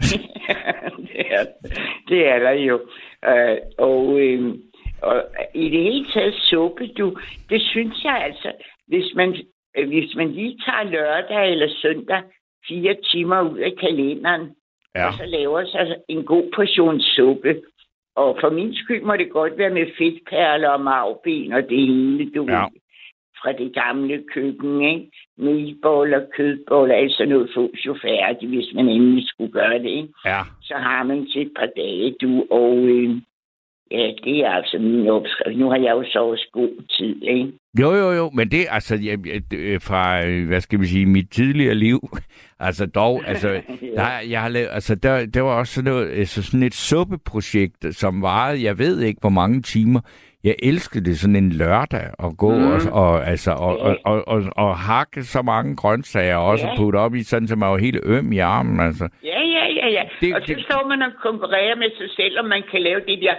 det, er, det er der jo. Uh, og, øh, og i det hele taget suppe, du, det synes jeg altså, hvis man, øh, hvis man lige tager lørdag eller søndag fire timer ud af kalenderen, ja. Og så laver sig en god portion suppe. Og for min skyld må det godt være med fedtperler og marvben og det hele, du ja. Fra det gamle køkken, ikke? Meatballer, kødboller, altså noget fås jo færdigt, hvis man endelig skulle gøre det, ikke? Ja. Så har man til et par dage, du, og øh, ja, det er altså min opskrift. Nu har jeg jo så også god tid, ikke? Jo, jo, jo, men det, altså, jeg, fra, hvad skal vi sige, mit tidligere liv, altså dog, altså, ja. der, jeg har lavet, altså, der, der var også sådan, noget, altså, sådan et suppeprojekt, som varede, jeg ved ikke, hvor mange timer. Jeg elskede det sådan en lørdag at gå mm. og, og, altså, og, og, og, og, og hakke så mange grøntsager og også ja. Putte op i, sådan så man var helt øm i armen, altså. Ja, ja, ja, ja. Det, og så det, står man og konkurrerer med sig selv, om man kan lave det der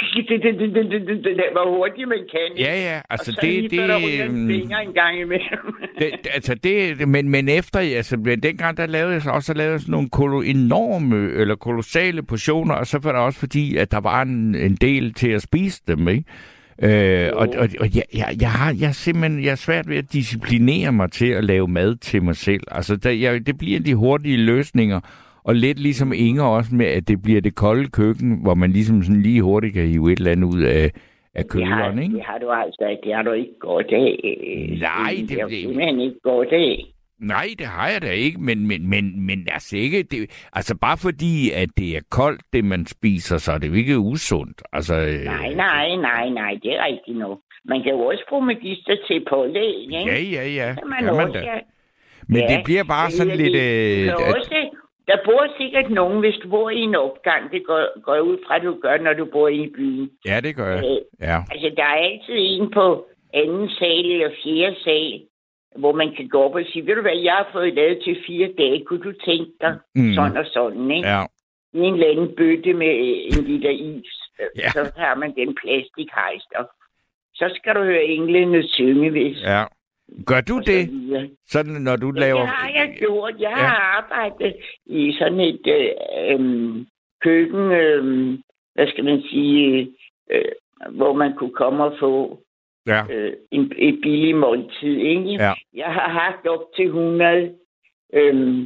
hvor hurtigt man kan. Ja, ja, altså og så det... det der fingre en gang imellem. det, altså det, men, men efter, altså dengang der lavede jeg så også lavede sådan nogle kolo, enorme eller kolossale portioner, og så var det også fordi, at der var en, en del til at spise dem, ikke? Øh, og og, og jeg, jeg, jeg, har, jeg, simpelthen, jeg er svært ved at disciplinere mig til at lave mad til mig selv. Altså der, jeg, det bliver de hurtige løsninger, og lidt ligesom Inger også med, at det bliver det kolde køkken, hvor man ligesom sådan lige hurtigt kan hive et eller andet ud af, af køleren, ikke? Det har du altså, det har du ikke godt af. Nej, det, det har du simpelthen ikke godt af. Nej, det har jeg da ikke, men, men, men, men altså ikke, det, altså bare fordi, at det er koldt, det man spiser, så er det jo ikke usundt. Altså, nej, nej, nej, nej, det er rigtigt nok. Man kan jo også bruge magister til pålæg, ikke? Ja, ja, ja. Det man også, man ja. Men ja, det bliver bare det sådan lidt... Det, øh, også, der bor sikkert nogen, hvis du bor i en opgang. Det går, går ud fra, at du gør, når du bor i byen. Ja, det gør jeg. Øh, ja. Altså, der er altid en på anden sal eller fjerde sal, hvor man kan gå op og sige, ved du hvad, jeg har fået lavet til fire dage, kunne du tænke dig mm. sådan og sådan, ikke? Ja. En eller anden bøtte med en liter is, ja. Så har man den plastikhejster. Så skal du høre englene synge, hvis... Ja. Gør du så det? Videre. Sådan, når du ja, laver... det har jeg gjort. Jeg ja. har arbejdet i sådan et øh, øh, køkken, øh, hvad skal man sige, øh, hvor man kunne komme og få ja. øh, en, et billigt måltid. Ikke? Ja. Jeg har haft op til hundrede øh,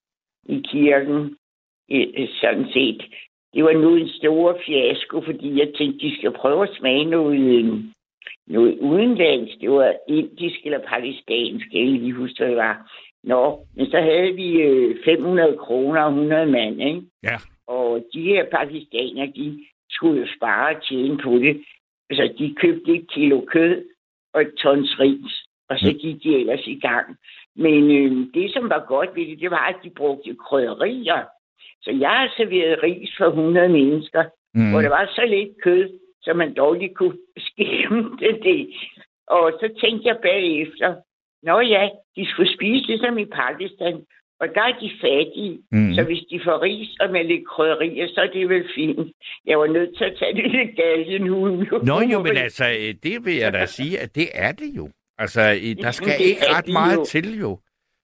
i kirken, øh, sådan set. Det var nu en stor fiasko, fordi jeg tænkte, de skal prøve at smage noget... Øh, noget udenlandsk. Det var indisk eller pakistansk. Jeg kan lige huske, hvad det var. Nå, men så havde vi øh, fem hundrede kroner og hundrede mand, ikke? Ja. Og de her pakistanere, de skulle jo spare og tjene på det. Så de købte et kilo kød og et tons ris, og så gik de ellers i gang. Men øh, det, som var godt ved det, det var, at de brugte krydderier. Så jeg har serveret ris for hundrede mennesker, mm. hvor der var så lidt kød, så man dårligt kunne skæmme det. Og så tænkte jeg bagefter, nå ja, de skulle spise ligesom i Pakistan, og der er de fattige. Mm. Så hvis de får ris og med lidt krydderier, så er det vel fint. Jeg var nødt til at tage det lidt galgenhul. Nå jo, men altså, det vil jeg da sige, at det er det jo. Altså, der skal ikke ret meget jo. til jo.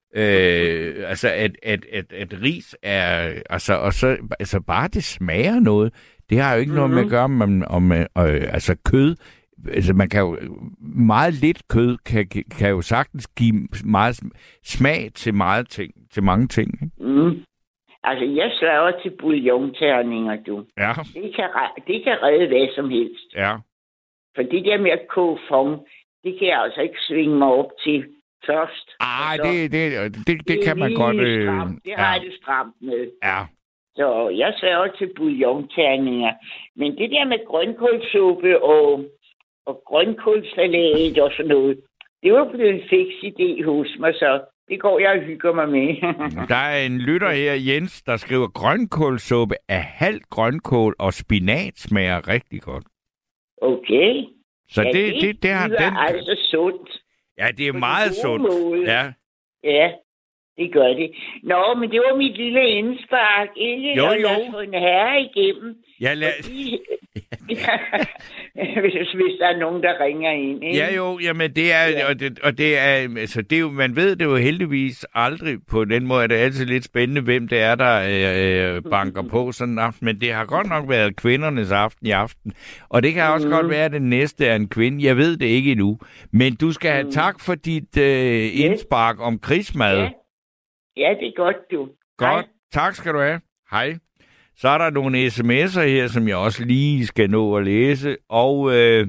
Øh, altså, at, at, at, at ris er, altså, og så, altså bare det smager noget. Det har jo ikke mm-hmm. noget med at gøre om, om øh, altså kød. altså man kan jo, meget lidt kød kan, kan jo sagtens give meget smag til meget ting, til mange ting. Ikke? Mm. Altså, jeg slager til bouillonterninger, du. Ja. Det kan, det kan redde hvad som helst. Ja. For det der med at koge fond, det kan jeg altså ikke svinge mig op til først. Ej, så, det, det, det, det, det kan man lige godt... Øh, stramt. Det har ja. jeg det stramt med. Ja. Så jeg slager til bouillonterninger. Men det der med grønkålsuppe og, og grønkålsalat og sådan noget, det var blevet en fiks idé hos mig, så det går jeg og hygger mig med. Der er en lytter her, Jens, der skriver, grønkålsuppe af halvt grønkål og spinat smager rigtig godt. Okay. Så ja, det, det, det, det har det den... altså sundt. Ja, det er på meget sundt. Måde. Ja. Ja, det gør det. Nå, men det var mit lille indspark. Ikke? Jo, Og jo. lad os få en herre igennem. Ja, lad... Fordi... hvis, hvis der er nogen, der ringer ind. Ikke? Ja, jo, jamen det er, ja. og, det, og det er, altså det er jo, man ved det jo heldigvis aldrig på den måde, er det altid lidt spændende, hvem det er, der øh, banker på sådan en aften, men det har godt nok været kvindernes aften i aften, og det kan mm. også godt være, at den næste er en kvinde, jeg ved det ikke endnu, men du skal have mm. tak for dit øh, indspark om krigsmad. Ja. ja, det er godt, du. Godt, Hej. Tak skal du have. Hej. Så er der nogle sms'er her, som jeg også lige skal nå at læse. Og øh,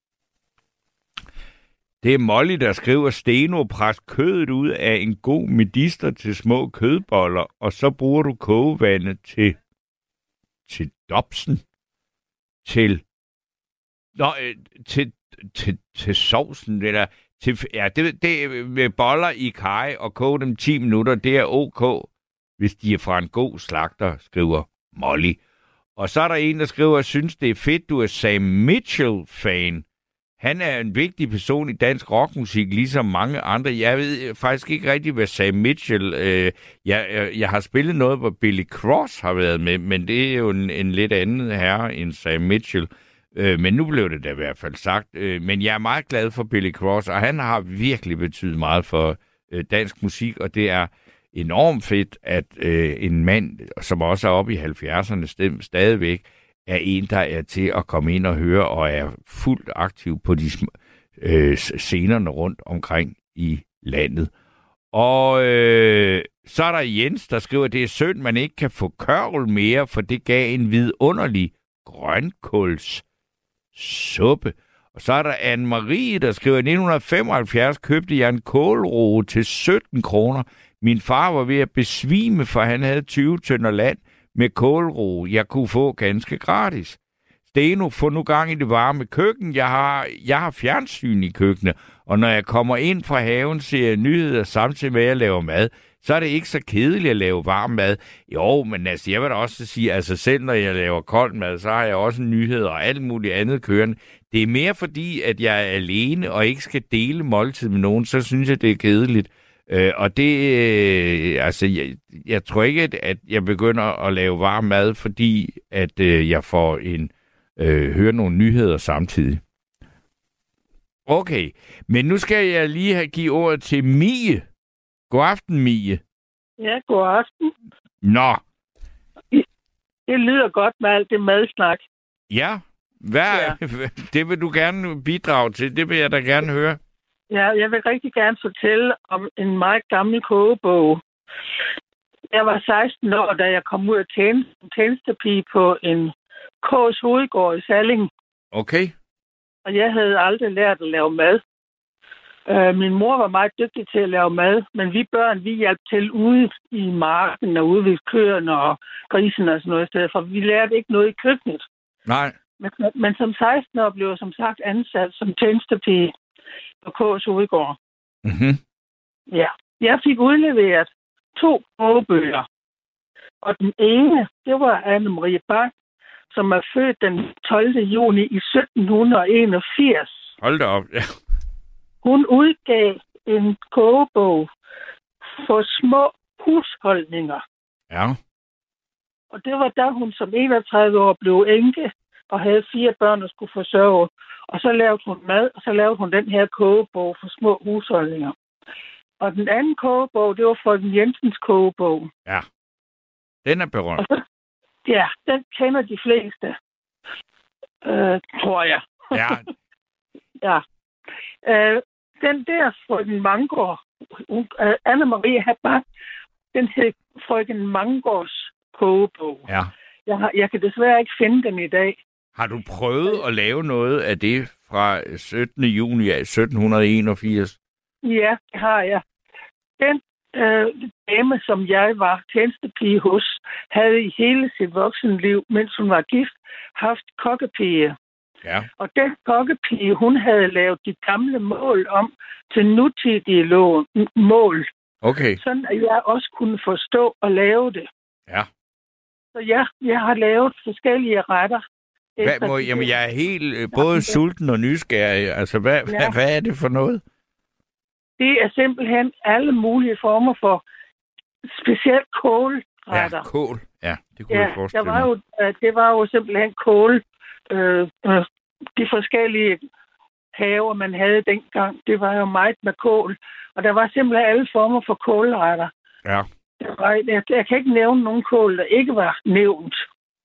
det er Molly, der skriver, Steno, pres kødet ud af en god medister til små kødboller, og så bruger du kogevandet til, til dopsen, til, nå, øh, til, til, til sovsen, eller til, ja, det, det med boller i kaj og koge dem ti minutter, det er ok, hvis de er fra en god slagter, skriver Molly. Og så er der en, der skriver, at synes, det er fedt, du er Sam Mitchell-fan. Han er en vigtig person i dansk rockmusik, ligesom mange andre. Jeg ved faktisk ikke rigtig, hvad Sam Mitchell... Øh, jeg, jeg, jeg har spillet noget, hvor Billy Cross har været med, men det er jo en, en lidt anden herre end Sam Mitchell. Øh, men nu blev det da i hvert fald sagt. Øh, men jeg er meget glad for Billy Cross, og han har virkelig betydet meget for øh, dansk musik, og det er enormt fedt, at øh, en mand, som også er oppe i halvfjerdserne stem, stadigvæk, er en, der er til at komme ind og høre, og er fuldt aktiv på de øh, scenerne rundt omkring i landet. Og øh, så er der Jens, der skriver, at det er synd, man ikke kan få kørvel mere, for det gav en vidunderlig grønkålssuppe. Og så er der Anne-Marie, der skriver, at i nitten femoghalvfjerds købte jeg en kålroe til sytten kroner. Min far var ved at besvime, for han havde tyve tønder land med kålroe, jeg kunne få ganske gratis. Steno, få nu gang i det varme køkken. Jeg har, jeg har fjernsyn i køkkenet, og når jeg kommer ind fra haven, ser jeg nyheder samtidig med, at jeg laver mad. Så er det ikke så kedeligt at lave varm mad. Jo, men altså, jeg vil da også sige, altså selv når jeg laver kold mad, så har jeg også nyheder og alt muligt andet kørende. Det er mere fordi, at jeg er alene og ikke skal dele måltid med nogen, så synes jeg, det er kedeligt. Øh, og det, øh, altså, jeg, jeg tror ikke, at, at jeg begynder at lave varm mad, fordi at øh, jeg får en øh, høre nogle nyheder samtidig. Okay, men nu skal jeg lige have givet ordet til Mie. God aften, Mie. Ja, god aften. Nå. Det lyder godt med alt det madsnak. Ja, hvad, ja. Det vil du gerne bidrage til. Det vil jeg da gerne høre. Ja, jeg vil rigtig gerne fortælle om en meget gammel kogebog. Jeg var seksten år, da jeg kom ud af tjenestepige på en K's hovedgård i Salling. Okay. Og jeg havde aldrig lært at lave mad. Uh, min mor var meget dygtig til at lave mad, men vi børn, vi hjalp til ude i marken og ude ved køerne og grisen og sådan noget i stedet for. Vi lærte ikke noget i køkkenet. Nej. Men, men som seksten år blev jeg som sagt ansat som tjenestepige på K's hovedgård. Mhm. Ja. Jeg fik udleveret to kogebøger. Og den ene, det var Anne-Marie Bang, som er født den tolvte juni i sytten enogfirs. Hold da op, ja. Hun udgav en kogebog for små husholdninger. Ja. Og det var da hun som enogtredive år blev enke og havde fire børn, der skulle forsørge. Og så lavede hun mad, og så lavede hun den her kogebog for små husholdninger. Og den anden kogebog, det var Frøken Jensens kogebog. Ja. Den er berømt. Så, ja, den kender de fleste, øh, tror jeg. Ja. Ja. Øh, den der frøken Mangård, uh, Anne-Marie Habak, den hed frøken Mangårds kogebog. Ja. Jeg, har, jeg kan desværre ikke finde den i dag. Har du prøvet at lave noget af det fra syttende juni sytten enogfirs? Ja, det har jeg. Den øh, dame, som jeg var tjenestepige hos, havde i hele sit voksenliv, mens hun var gift, haft kokkepige. Ja. Og den kokkepige, hun havde lavet de gamle mål om til nutidige lå- mål. Okay. Sådan at jeg også kunne forstå og lave det. Ja. Så ja, jeg har lavet forskellige retter. Hvad, må, jamen, jeg er helt øh, både sulten og nysgerrig. Altså, hvad, ja. hvad, hvad er det for noget? Det er simpelthen alle mulige former for specielt kålretter. Ja, kål. Ja, det kunne ja, jeg forestille der var jo, det var jo simpelthen kål. Øh, øh, de forskellige haver, man havde dengang, det var jo meget med kål. Og der var simpelthen alle former for kålretter. Ja. Der var, jeg, jeg kan ikke nævne nogen kål, der ikke var nævnt.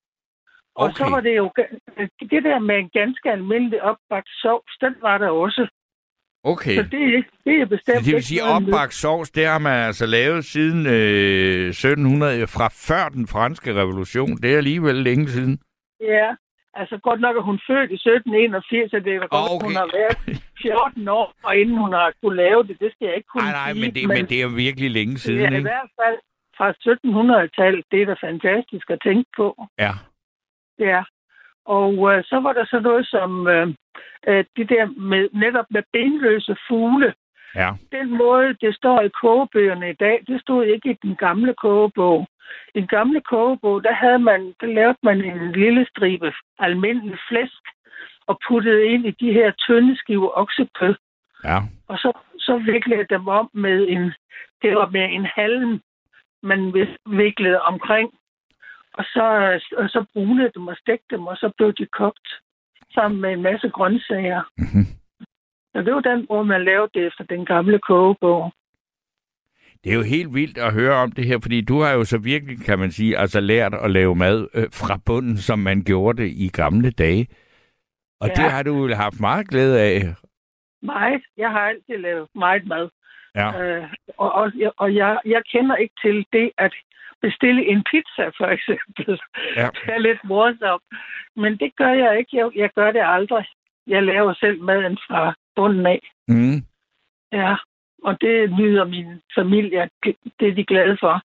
Okay. Og så var det jo det der med en ganske almindelig opbagt sovs, den var der også. Okay. Så det, er- det er bestemt Så det vil sige, opbagt sovs, det har man altså lavet siden øh, sytten hundrede, fra før den franske revolution. Det er alligevel længe siden. Ja, altså godt nok er hun født i sytten enogfirs, så det er da godt, Okay. hun har været fjorten år, og inden hun har kunne lave det, det skal jeg ikke kunne Nej, nej, sige. men det, men det er jo virkelig længe siden, det er i ikke? hvert fald fra sytten hundrede-tallet, det er da fantastisk at tænke på. Ja. Ja, og øh, så var der så noget som øh, øh, det der med netop med benløse fugle. Ja. Den måde, det står i kogebøgerne i dag, det stod ikke i den gamle kogebog. I den gamle kogebog, der, havde man, der lavede man en lille stribe almindelig flæsk og puttede ind i de her tynde skiver oksekød. Ja. Og så, så viklede jeg dem om med en, det var med en halm, man viklede omkring. Og så, og så brunede dem og stegte dem, og så blev de kogt sammen med en masse grøntsager. Mm-hmm. Og det var den måde, man lavede det efter den gamle kogebog. Det er jo helt vildt at høre om det her, fordi du har jo så virkelig, kan man sige, altså lært at lave mad øh, fra bunden, som man gjorde det i gamle dage. Og ja. Det har du jo haft meget glæde af. Meget. Jeg har altid lavet meget mad. Ja. Øh, og og, og jeg, jeg kender ikke til det at bestille en pizza, for eksempel. Ja. Det er lidt morsomt. Men det gør jeg ikke. Jeg, jeg gør det aldrig. Jeg laver selv maden fra bunden af. Mm. Ja, og det nyder min familie. Det er de glade for.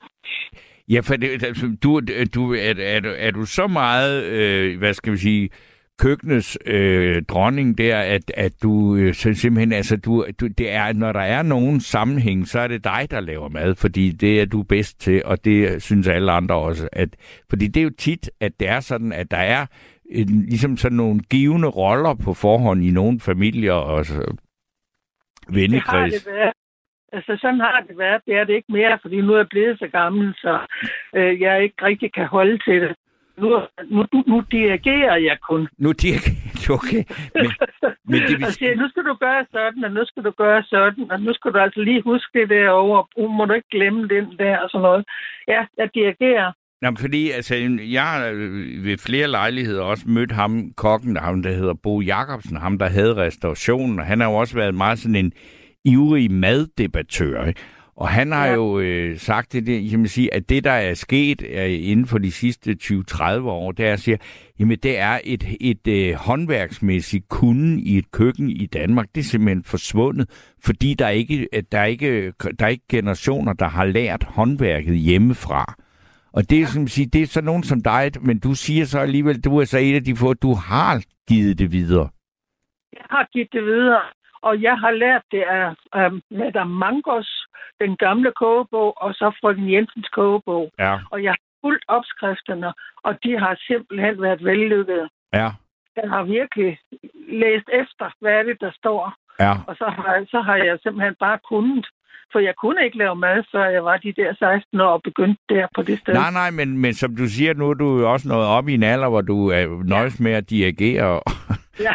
Ja, for det, altså, du, du, er, er, er du så meget, øh, hvad skal vi sige, køkkenets øh, dronning der, at, at du øh, så simpelthen, altså du, du, det er, når der er nogen sammenhæng, så er det dig, der laver mad, fordi det er du bedst til, og det synes alle andre også. At, fordi det er jo tit, at det er sådan, at der er en, ligesom sådan nogle givende roller på forhånd i nogle familier og så, vennekreds. Det har det været. Altså, sådan har det været. Det er det ikke mere, fordi nu er jeg blevet så gammel, så øh, jeg ikke rigtig kan holde til det. Nu, nu, nu dirigerer jeg kun. Nu dirigerer okay. Men, men det vil... Og siger, nu skal du gøre sådan, og nu skal du gøre sådan, og nu skal du altså lige huske det derovre, og må du ikke glemme den der, og sådan noget. Ja, jeg dirigerer. Jamen, fordi altså, jeg har ved flere lejligheder også mødt ham, kokken, ham, der hedder Bo Jacobsen, ham, der havde restaurationen, og han har jo også været meget sådan en ivrig maddebattør, ikke? Og han har ja. jo øh, sagt det, det, jeg vil sige, at det, der er sket øh, inden for de sidste tyve til tredive år, det er, at sige, jamen, det er et, et øh, håndværksmæssigt kunde i et køkken i Danmark. Det er simpelthen forsvundet, fordi der er ikke, der er ikke, der er ikke generationer, der har lært håndværket hjemmefra. Og det er, ja. som sige, det er så nogen som dig, men du siger så alligevel, du er så et af de få, du har givet det videre. Jeg har givet det videre. Og jeg har lært det af um, Madame Mangos, den gamle kogebog, og så frøken Jensens kogebog. Ja. Og jeg har fulgt opskrifterne, og de har simpelthen været vellykkede. Ja. Jeg har virkelig læst efter, hvad er det, der står. Ja. Og så har, så har jeg simpelthen bare kunnet. For jeg kunne ikke lave mad, før jeg var de der seksten år og begyndte der på det sted. Nej, nej, men, men som du siger, nu er du jo også nået op i en alder, hvor du er nøjes med at dirigere. Ja.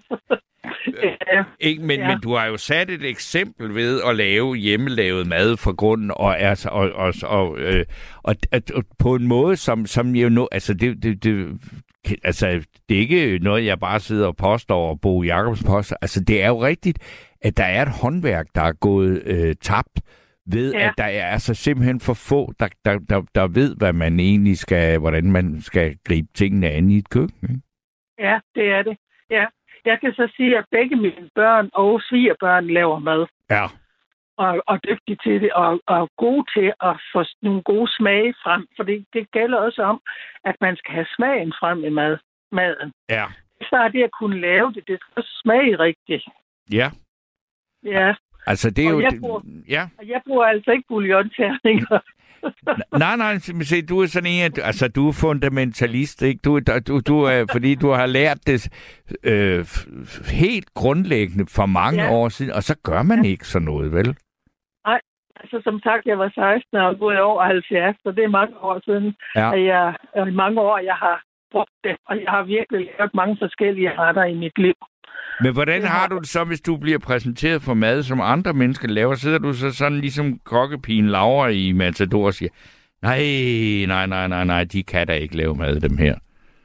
Ja. Ikke, men, ja. men du har jo sat et eksempel ved at lave hjemmelavet mad fra grunden, og, altså, og, og, og, øh, og, og, og på en måde, som, som jo nu, altså det, det, det altså, det er ikke noget, jeg bare sidder og påstår, og Bo Jacobsen påstår. Altså, det er jo rigtigt, at der er et håndværk, der er gået øh, tabt, ved Ja. at der er altså simpelthen for få, der, der, der, der ved, hvad man egentlig skal, hvordan man skal gribe tingene an i et køkken. Ikke? Ja, det er det. Ja. Jeg kan så sige, at begge mine børn og svigerbørn laver mad. Ja. Og, og dygtige til det, og, og gode til at få nogle gode smage frem. For det, det gælder også om, at man skal have smagen frem i mad, maden. Ja. Så er det at kunne lave det, det skal også smage rigtigt. Ja. Ja. Altså, det er Og jo... jeg det- bruger- ja. Og jeg bruger altså ikke bouillonterninger. Nej, nej, men se, du er sådan en, at- altså du er fundamentalist, ikke? Du, der- du, du er, fordi du har lært det øh, f- f- helt grundlæggende for mange Ja. år siden, og så gør man ikke sådan noget, vel? Altså, som sagt, jeg var seksten og gået over halvfjerds, så det er mange år siden, Ja. at jeg, og i mange år, jeg har brugt det, og jeg har virkelig lavet mange forskellige retter i mit liv. Men hvordan Det har har- du det så, hvis du bliver præsenteret for mad, som andre mennesker laver? Sidder du så sådan ligesom kokkepigen Laura i Matador og siger, nej, nej, nej, nej, nej, de kan da ikke lave mad, dem her.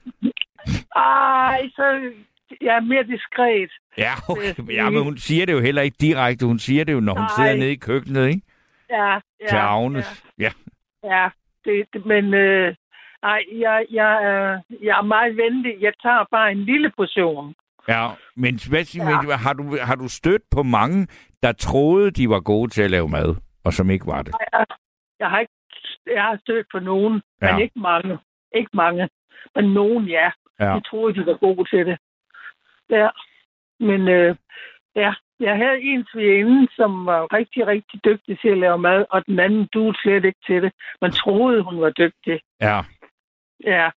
Ej, så jeg er mere diskret. Ja, okay. Det- Ja, men hun siger det jo heller ikke direkte. Hun siger det jo, når hun Nej. sidder nede i køkkenet, ikke? Ja, ja, Til Agnes. Ja. Ja, ja det, det, men øh, ej, jeg, jeg, er, jeg er meget venlig. Jeg tager bare en lille portion. Ja, men hvad siger, Ja. men har, du, har du stødt på mange, der troede, de var gode til at lave mad, og som ikke var det? Jeg, jeg har ikke jeg har stødt på nogen, Ja. men ikke mange. Ikke mange, men nogen, ja. Ja. De troede, de var gode til det. Ja, men øh, ja, jeg havde en svigerinde, som var rigtig, rigtig dygtig til at lave mad, og den anden duede slet ikke til det. Man troede, hun var dygtig. Ja. Ja,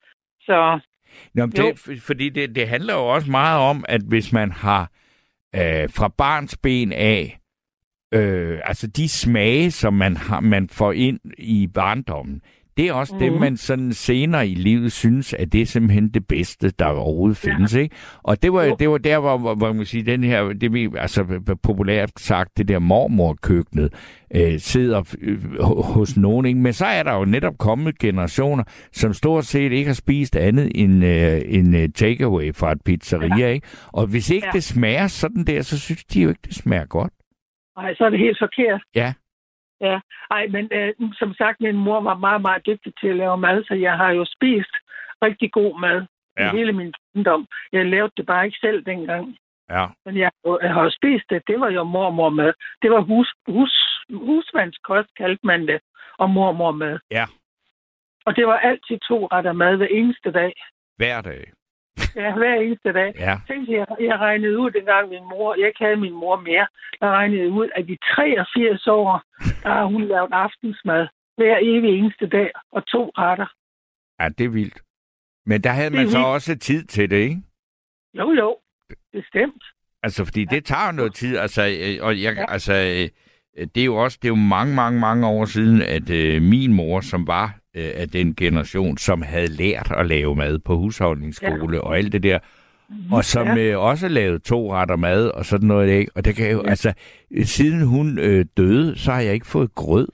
så Nå, men det, f- fordi det, det handler jo også meget om, at hvis man har øh, fra barns ben af, øh, altså de smage, som man, har, man får ind i barndommen, det er også mm. dem, man sådan senere i livet synes, at det er simpelthen det bedste, der overhovedet Ja. findes, ikke? Og det var, Jo. det var der, hvor, hvor, hvor man kan sige, den her, det vi, altså populært sagt, det der mormorkøkkenet, øh, sidder øh, hos nogen, ikke? Men så er der jo netop kommet generationer, som stort set ikke har spist andet end øh, en øh, takeaway fra et pizzeria, Ja. ikke? Og hvis ikke Ja. det smager sådan der, så synes de jo ikke, det smager godt. ej, så er det helt forkert. Ja. Ja, ej, men øh, som sagt, min mor var meget, meget dygtig til at lave mad, så jeg har jo spist rigtig god mad Ja. i hele min barndom. Jeg lavede det bare ikke selv dengang. Ja. Men jeg, jeg har jo spist det. Det var jo mormormad. Det var hus, hus, husmandskost, kaldte man det, og mormormad. Ja. Og det var altid to retter mad hver eneste dag. Hver dag. Ja, hver eneste dag. Ja. Tænk, jeg, jeg regnede ud dengang min mor, jeg ikke havde min mor mere, der regnede jeg ud, at i treogfirs år, der har hun lavet aftensmad hver evig eneste dag, og to retter. Ja, det er vildt. Men der havde Det er man så vildt. også tid til det, ikke? Jo, jo, bestemt. Altså, fordi det tager jo noget tid. Altså, øh, og jeg, Ja. altså, øh, det er jo også det er jo mange, mange, mange år siden, at øh, min mor, som var øh, af den generation, som havde lært at lave mad på husholdningsskole ja. og alt det der, og som Ja. øh, også lavede to retter mad og sådan noget, ikke? Og det kan jo, Ja. altså, øh, siden hun øh, døde, så har jeg ikke fået grød.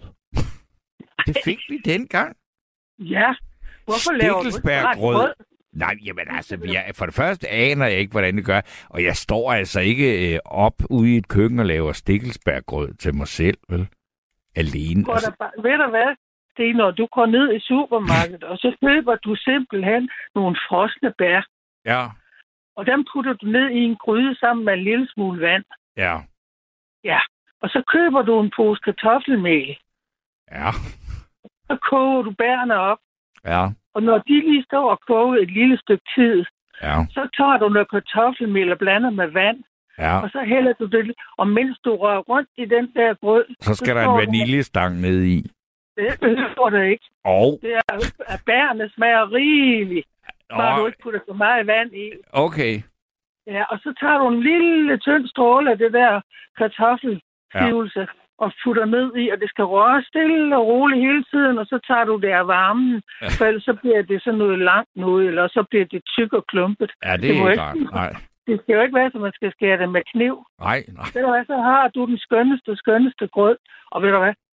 Det fik vi dengang. Ja, hvorfor laver du ikke bare Stikkelsbærgrød. grød? Nej, jamen altså, jeg, for det første aner jeg ikke, hvordan det gør, og jeg står altså ikke øh, op ude i et køkken og laver stikkelsbærgrød til mig selv, vel? Alene. Går Altså, der bare, ved du hvad, Sten, når du går ned i supermarkedet, og så køber du simpelthen nogle frosne bær, ja, og dem putter du ned i en gryde sammen med en lille smule vand. ja, Ja, og så køber du en pose kartoffelmel. ja, Så koger du bærene op, ja, og når de lige står og koger et lille stykke tid, ja, så tager du noget kartoffelmel og blander med vand, ja. og så hælder du det, og mens du rører rundt i den der grød, Så skal der står en du- vaniljestang ned i. Det behøver det ikke. Og, Det er, at bærene smager rigeligt, bare du og ikke putter for meget vand i. okay, Ja, og så tager du en lille tynd stråle af det der kartoffelstivelse ja. og putter ned i, og det skal røre stille og roligt hele tiden, og så tager du det af varmen, ja. for ellers så bliver det sådan noget langt noget, eller så bliver det tyk og klumpet. ja, det, Det må er ikke- klart. Nej, Det skal jo ikke være, så man skal skære det med kniv. nej, nej. Ved du hvad, så har du den skønneste, skønneste grød, og ved du hvad,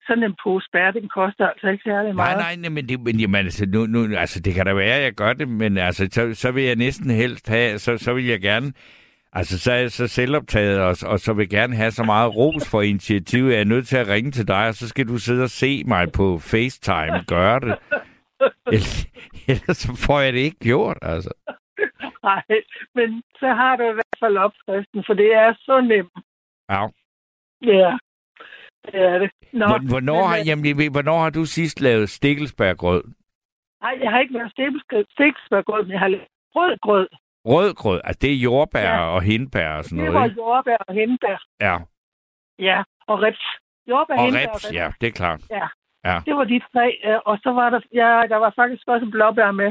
sådan en pose bær, den koster altså ikke særlig meget. Nej, nej, men, det, men jamen, altså, nu, nu, altså, det kan da være, at jeg gør det, men altså, så, så vil jeg næsten helst have, så, så vil jeg gerne, altså, så er jeg så selvoptaget, og, og så vil jeg gerne have så meget ros for initiativet, jeg er nødt til at ringe til dig, og så skal du sidde og se mig på FaceTime gøre det. Ellers, ellers så får jeg det ikke gjort, altså. Nej, men så har du i hvert fald opskriften, for det er så nemt. Ja. Ja, det er det. Nå, hvornår, men, har, jamen, hvornår har du sidst lavet stikkelsbærgrød? Nej, jeg har ikke lavet stikkelsbærgrød, men jeg har lavet rødgrød. Rødgrød? Altså det er jordbær ja. og hindbær og sådan det noget, Det var jordbær og hindbær. Ja. Ja, og rips. Jordbær, og hindbær rips, og rips, ja, det er klart. Ja. ja, det var de tre. Og så var der, ja, der var faktisk også blåbær med.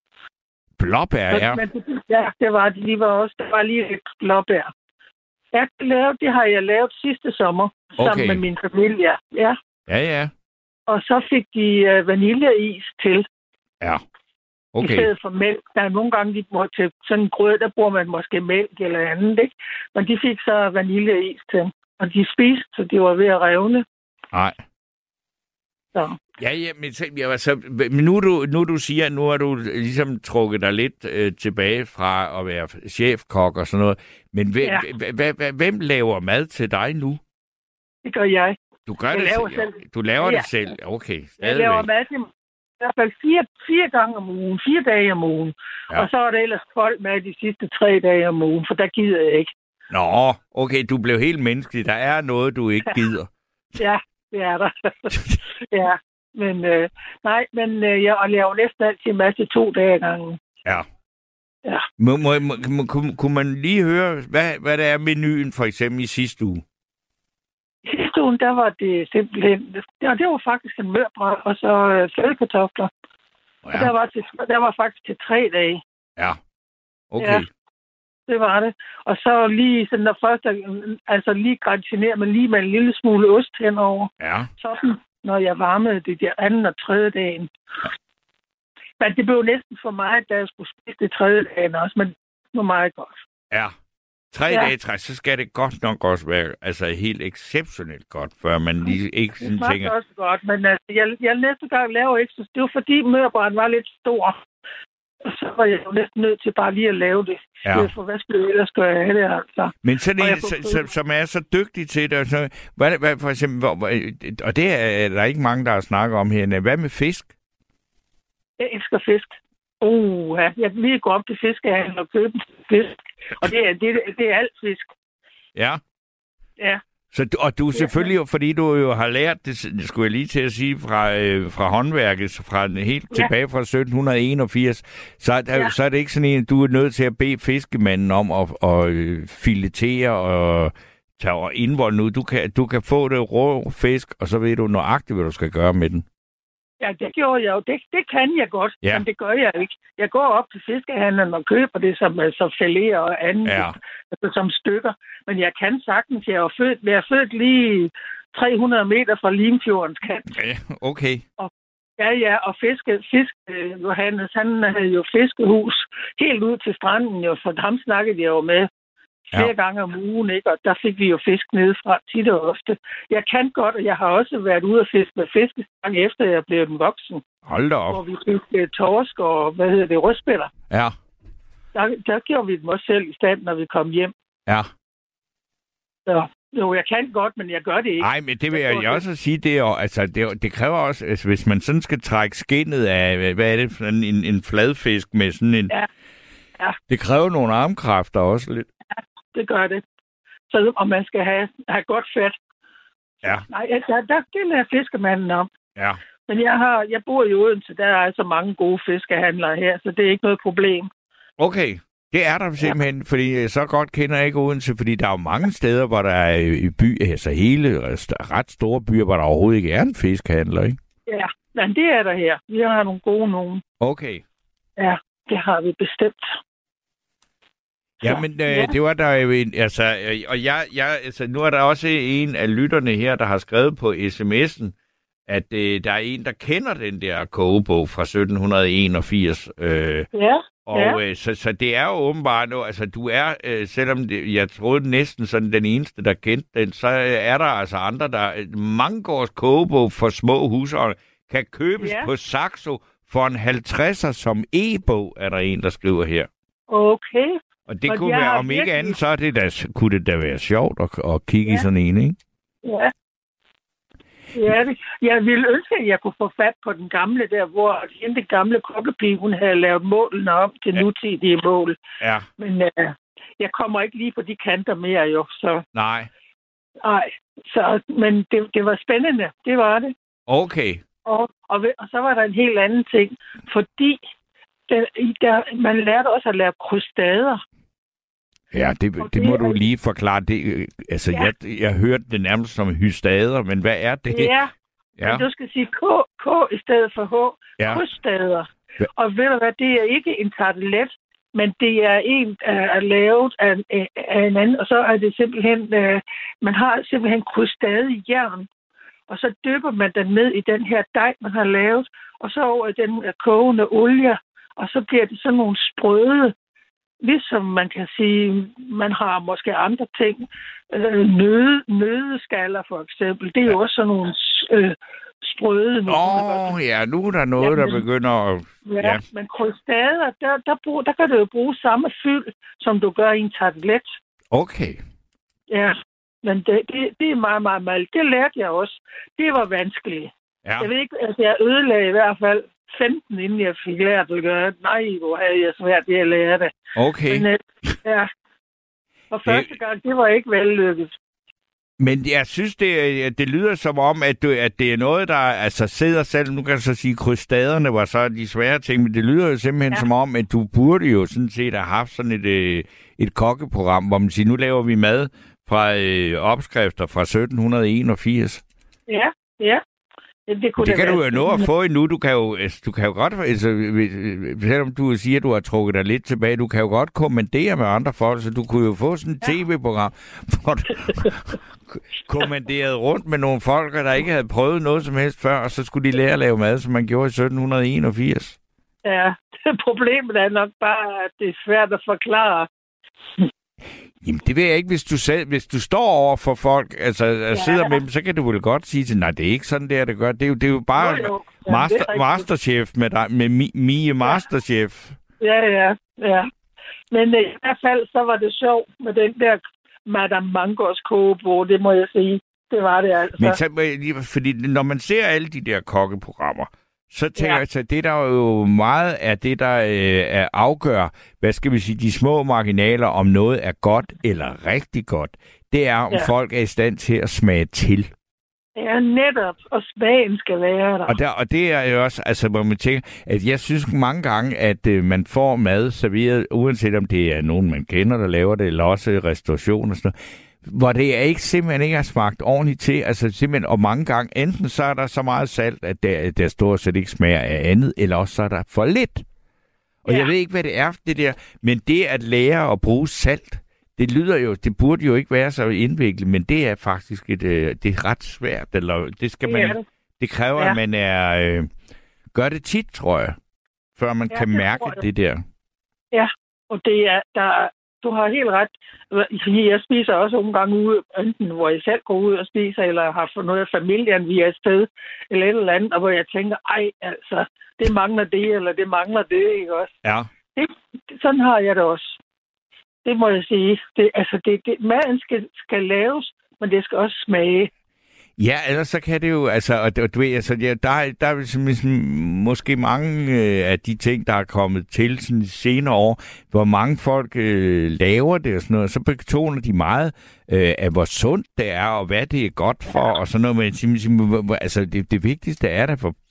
Blåbær, ja. Men, ja, det var de var også. Der var lige lidt blåbær. Jeg lavet, det har jeg lavet sidste sommer, okay. sammen med min familie. Ja, ja. ja. Og så fik de uh, vaniljeis til. Ja, okay. I stedet for mælk. Der er nogle gange, de bruger til sådan en grød, der bruger man måske mælk eller andet, ikke? Men de fik så vaniljeis til. Og de spiste, så de var ved at revne. Nej. Så. Ja, ja, men, ja, altså, men nu, du, nu du siger, nu har du ligesom trukket dig lidt øh, tilbage fra at være chefkok og sådan noget. Men hvem, ja. hvem laver mad til dig nu? Det gør jeg. Du gør jeg det laver selv? selv. Du laver ja. det selv? Okay, stadigvæk. Jeg laver mad til i hvert fald fire, fire gange om ugen, fire dage om ugen. Ja. Og så er det ellers koldt mad de sidste tre dage om ugen, for der gider jeg ikke. Nå, okay, du blev helt menneskelig. Der er noget, du ikke gider. Ja, det er der. ja. Men øh, nej, men øh, jeg laver næsten altid en masse to dage gange. Ja. Ja. Må, må, må, kunne, kunne man lige høre, hvad, hvad der er menuen for eksempel i sidste uge? I sidste uge, der var det simpelthen... Ja, det var faktisk en mørbrad, og så øh, flødekartofler. Ja. Og der var, til, der var faktisk til tre dage. Ja, okay. Ja, det var det. Og så lige sådan, når først... Altså lige gratinerer man lige med en lille smule ost henover. Ja. Sådan, når jeg varmede det der anden og tredje dagen. Men det blev næsten for mig, da jeg skulle spise det tredje dagen også, men det var meget godt. Ja. Tre ja. dage træk, så skal det godt nok også være altså helt exceptionelt godt, før man lige ikke sådan det tænker... Det også godt, men altså, jeg, jeg næste gang laver ikke, så det var fordi mørbranden var lidt stor. Og så var jeg jo næsten nødt til bare lige at lave det. Ja. For hvad skulle jeg ellers gøre af det, altså? Men sådan en, så, så, som er så dygtig til det, så, hvad, hvad, for eksempel, hvor, og det er der ikke mange, der har snakket om her. Hvad med fisk? Jeg elsker fisk. Uh, ja. Jeg kan lige gå op til fiskehandlen og købe fisk. Og det er, det, det er alt fisk. Ja. Ja. Så, og du selvfølgelig, ja. fordi du jo har lært det, skulle jeg lige til at sige, fra, øh, fra håndværket, fra helt ja. tilbage fra sytten enogfirs, så, ja. så er det ikke sådan en, du er nødt til at bede fiskemanden om at, at filetere og tage indvold nu. Du kan, du kan få det rå fisk, og så ved du nøjagtigt, hvad du skal gøre med den. Ja, det gjorde jeg jo. Det, det kan jeg godt, ja. men det gør jeg ikke. Jeg går op til fiskehandlen og køber det som, som fileter og andet, ja. altså som stykker. Men jeg kan sagtens. Jeg er født, jeg er født lige tre hundrede meter fra Limfjordens kant. Ja, okay. Og, ja, ja, og fiske, fisk, øh, Johannes, han havde jo fiskehus helt ud til stranden, jo, for ham snakkede jeg jo med flere ja. gange om ugen, ikke? Og der fik vi jo fisk nedefra tit og ofte. Jeg kan godt, og jeg har også været ude og fiske med fiskestang, efter jeg blev den voksen. Hold da op. Hvor vi fik torsk og, hvad hedder det, rødspætter. Ja. Der, der gjorde vi dem også selv i stand, når vi kom hjem. Ja. Så jo, jeg kan godt, men jeg gør det ikke. Nej, men det vil jeg, jeg også sige, det, er, altså, det, det kræver også, altså, hvis man sådan skal trække skindet af, hvad er det, en, en, en fladfisk med sådan en... Ja. Ja. Det kræver nogle armkræfter også lidt. Ja, det gør det. Så om man skal have, have godt fedt. Ja. Nej, der, der gælder jeg fiskemanden om. Ja. Men jeg, har, jeg bor i Odense, der er altså mange gode fiskehandlere her, så det er ikke noget problem. Okay, det er der simpelthen, ja. fordi så godt kender jeg ikke Odense, fordi der er jo mange steder, hvor der er i by, altså hele ret store byer, hvor der overhovedet ikke er en fiskehandler, ikke? Ja, men det er der her. Vi har nogle gode nogen. Okay. Ja, det har vi bestemt. Ja, men øh, ja. det var der jo en, altså, og jeg, jeg, altså, nu er der også en af lytterne her, der har skrevet på sms'en, at øh, der er en, der kender den der kogebog fra sytten enogfirs. Øh, ja. Og Ja. øh, så, så det er jo åbenbart nu, altså du er, øh, selvom det, jeg troede næsten sådan den eneste, der kendte den, så øh, er der altså andre, der Mangårds kogebog for små hushold kan købes Ja. på Saxo for en halvtredser som e-bog, er der en, der skriver her. Okay. Og det Og kunne jeg være, har om ikke virkelig- andet, så er det da, kunne det da være sjovt at, at kigge Ja. i sådan en, ikke? Ja. Ja, det, jeg ville ønske, at jeg kunne få fat på den gamle der, hvor hende den gamle kokkepige, hun havde lavet målene om til Ja. nutidige mål. Ja, Men uh, jeg kommer ikke lige på de kanter mere jo, så nej. nej. Så, men det, det var spændende, det var det. Okay. Og, og, ved- og så var der en helt anden ting, fordi der, i- der, man lærte også at lave krystader. Ja, det, Og det det må er- du lige forklare. Det, øh, altså, Ja. jeg, jeg hørte det nærmest som hystader, men hvad er det? Ja, Ja. men du skal sige K, K i stedet for H. Ja. Krystader. Ja. Og ved du hvad, det er ikke en tartelet, men det er en, der er lavet af, af, af en anden, og så er det simpelthen, øh, man har simpelthen krystade i jern, og så dypper man den ned i den her dej, man har lavet, og så over i den øh, kogende olie, og så bliver det sådan nogle sprøde, ligesom man kan sige, man har måske andre ting, øh, nøde, nødeskaller for eksempel, det er jo også sådan nogle øh, sprøde. Åh, oh, ja, nu er der noget, der Jamen, begynder at... Ja, Ja. ja. Men krystader, der, der, brug, der kan du jo bruge samme fyld, som du gør i en tartelet. Okay. Ja, men det, det, det er meget, meget meget. Det lærte jeg også. Det var vanskeligt. Ja. Jeg ved ikke, altså jeg ødelagde i hvert fald femten, inden jeg fik lært at gøre det. Nej, hvor havde jeg svært ved at lære det. Okay. Men, øh, ja. Og første gang, det var ikke vellykket. Men jeg synes, det, det lyder som om, at, du, at det er noget, der altså sidder selv. Nu kan jeg så sige, at krystaderne var så de svære ting, men det lyder jo simpelthen ja. Ja. som om, at du burde jo sådan set have haft sådan et, øh, et kokkeprogram, hvor man siger, nu laver vi mad fra øh, opskrifter fra sytten enogfirs. Ja, ja. Det, det, kunne Det kan da du være jo nå at spændende. få endnu. Du kan jo, altså, du kan jo godt, altså, selvom du siger, at du har trukket dig lidt tilbage, du kan jo godt kommandere med andre folk, så du kunne jo få sådan et ja. tv-program, hvor du kommanderede rundt med nogle folk, der ikke havde prøvet noget som helst før, og så skulle de lære at lave mad, som man gjorde i sytten enogfirs. Ja, problemet er nok bare, at det er svært at forklare. Jamen, det ved jeg ikke, hvis du, selv, hvis du står over for folk, altså ja. Ja. sidder med dem, så kan du vel godt sige til, nej, det er ikke sådan der, det gør. Det er jo, det er jo bare Jo, jo. Jamen, master, det er rigtigt. Masterchef med dig, med Mi- Mie Masterchef. Ja, ja, ja. Men øh, i hvert fald, så var det sjovt med den der Madame Mangårds kogebog, det må jeg sige. Det var det altså. Men så, fordi når man ser alle de der kokkeprogrammer, så tænker Ja. jeg, at det der jo meget er det, der øh, er afgør, hvad skal vi sige, de små marginaler, om noget er godt eller rigtig godt. Det er, om ja. Ja. folk er i stand til at smage til. Ja, netop. Og smagen skal være der. Og, der, og det er jo også, altså hvor man tænker, at jeg synes mange gange, at øh, man får mad serveret, uanset om det er nogen, man kender, der laver det, eller også restauration og sådan noget, hvor det er ikke simpelthen ikke har smagt ordentligt til, altså simpelthen, og mange gange, enten så er der så meget salt, at der, der stort set ikke smager af andet, eller også så er der for lidt. Og ja. Ja. jeg ved ikke, hvad det er, det der, men det at lære at bruge salt, det lyder jo, det burde jo ikke være så indviklet, men det er faktisk et, øh, det er ret svært, eller det skal Det man, er det. det kræver, Ja. at man er, øh, gør det tit, tror jeg, før man Ja, kan det mærke tror jeg. det der. Og det er, der, du har helt ret. Fordi jeg spiser også nogle gange ude, enten hvor jeg selv går ud og spiser, eller har fået noget af familien, vi er et sted, eller et eller andet, og hvor jeg tænker, ej, altså, det mangler det, eller det mangler det, ikke også? Ja. Det, sådan har jeg det også. Det må jeg sige. Det, altså, det, det, maden skal, skal laves, men det skal også smage. Ja, ellers så kan det jo, altså, og, og du ved, altså, ja, der, der er simpelthen måske mange øh, af de ting, der er kommet til sådan de senere år, hvor mange folk øh, laver det og sådan noget, så betoner de meget øh, af, hvor sundt det er, og hvad det er godt for, ja. og sådan noget, men simpelthen, altså, det, det vigtigste er der for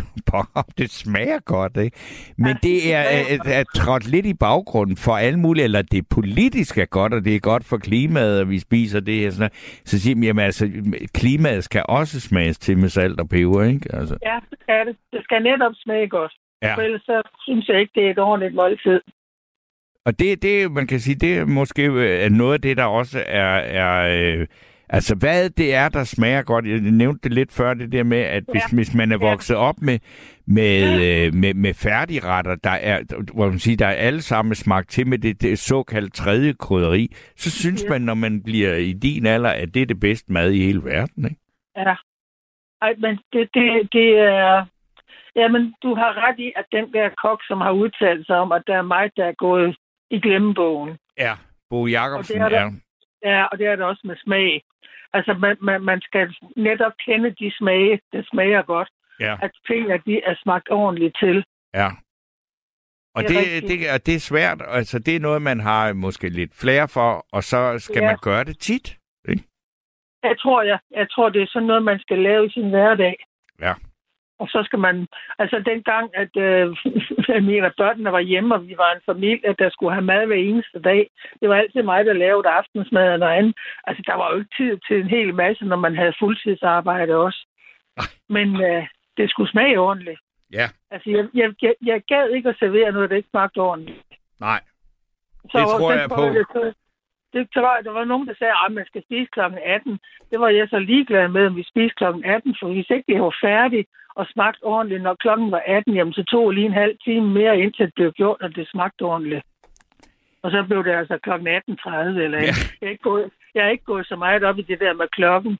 det smager godt, ikke? Men ja, det er, er, er trådt lidt i baggrunden for alle mulige, eller det politisk er godt, og det er godt for klimaet, at vi spiser det her. Sådan så siger man, jamen altså, klimaet skal også smages til med salt og peber, ikke? Altså. Ja, det skal det. Det skal netop smage godt. Ja. For ellers så synes jeg ikke, det er et ordentligt måltid. Og det, det, man kan sige, det er måske noget af det, der også er, er øh, Altså, hvad det er, der smager godt. Jeg nævnte det lidt før, det der med, at hvis, ja. hvis man er vokset op med, med, ja. øh, med, med færdigretter, der er, hvor man siger, der er alle sammen smagt til med det, det såkaldt tredje krydderi, så synes ja. man, når man bliver i din alder, at det er det bedste mad i hele verden, ikke? Ja. Ej, men det, det, det er... Jamen, du har ret i, at den der kok, som har udtalt sig om, at der er mig, der er gået i glemmebogen. Ja, Bo Jacobsen, og ja. Ja, og det er det også med smag. Altså, man, man, man skal netop kende de smage, der smager godt. Ja. At tingene, de er smagt ordentligt til. Ja. Og det, det, det, det er svært. Altså, det er noget, man har måske lidt flere for, og så skal ja. man gøre det tit. Ikke? Jeg tror, jeg, jeg tror, det er sådan noget, man skal lave i sin hverdag. Ja. Og så skal man... Altså, dengang, at øh, mine børnene var hjemme, og vi var en familie, der skulle have mad hver eneste dag. Det var altid mig, der lavede aftensmad og noget andet. Altså, der var jo ikke tid til en hel masse, når man havde fuldtidsarbejde også. Men øh, det skulle smage ordentligt. Ja. Altså, jeg, jeg, jeg, jeg gad ikke at servere noget, der ikke smagte ordentligt. Nej. Så, det tror jeg på. Det, så, det, så var, der var nogen, der sagde, at man skal spise klokken atten. Det var jeg så ligeglad med, om vi spiste klokken atten, for hvis ikke det var færdigt og smagt ordentligt, når klokken var atten, jamen, så tog jeg lige en halv time mere, indtil det blev gjort, og det smagte ordentligt. Og så blev det altså klokken atten tredive. Eller ja. jeg, er ikke gået, jeg er ikke gået så meget op i det der med klokken.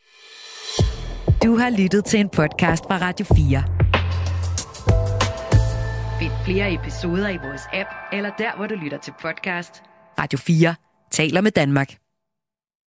Du har lyttet til en podcast fra Radio fire. Find flere episoder i vores app, eller der, hvor du lytter til podcast. Radio fire taler med Danmark.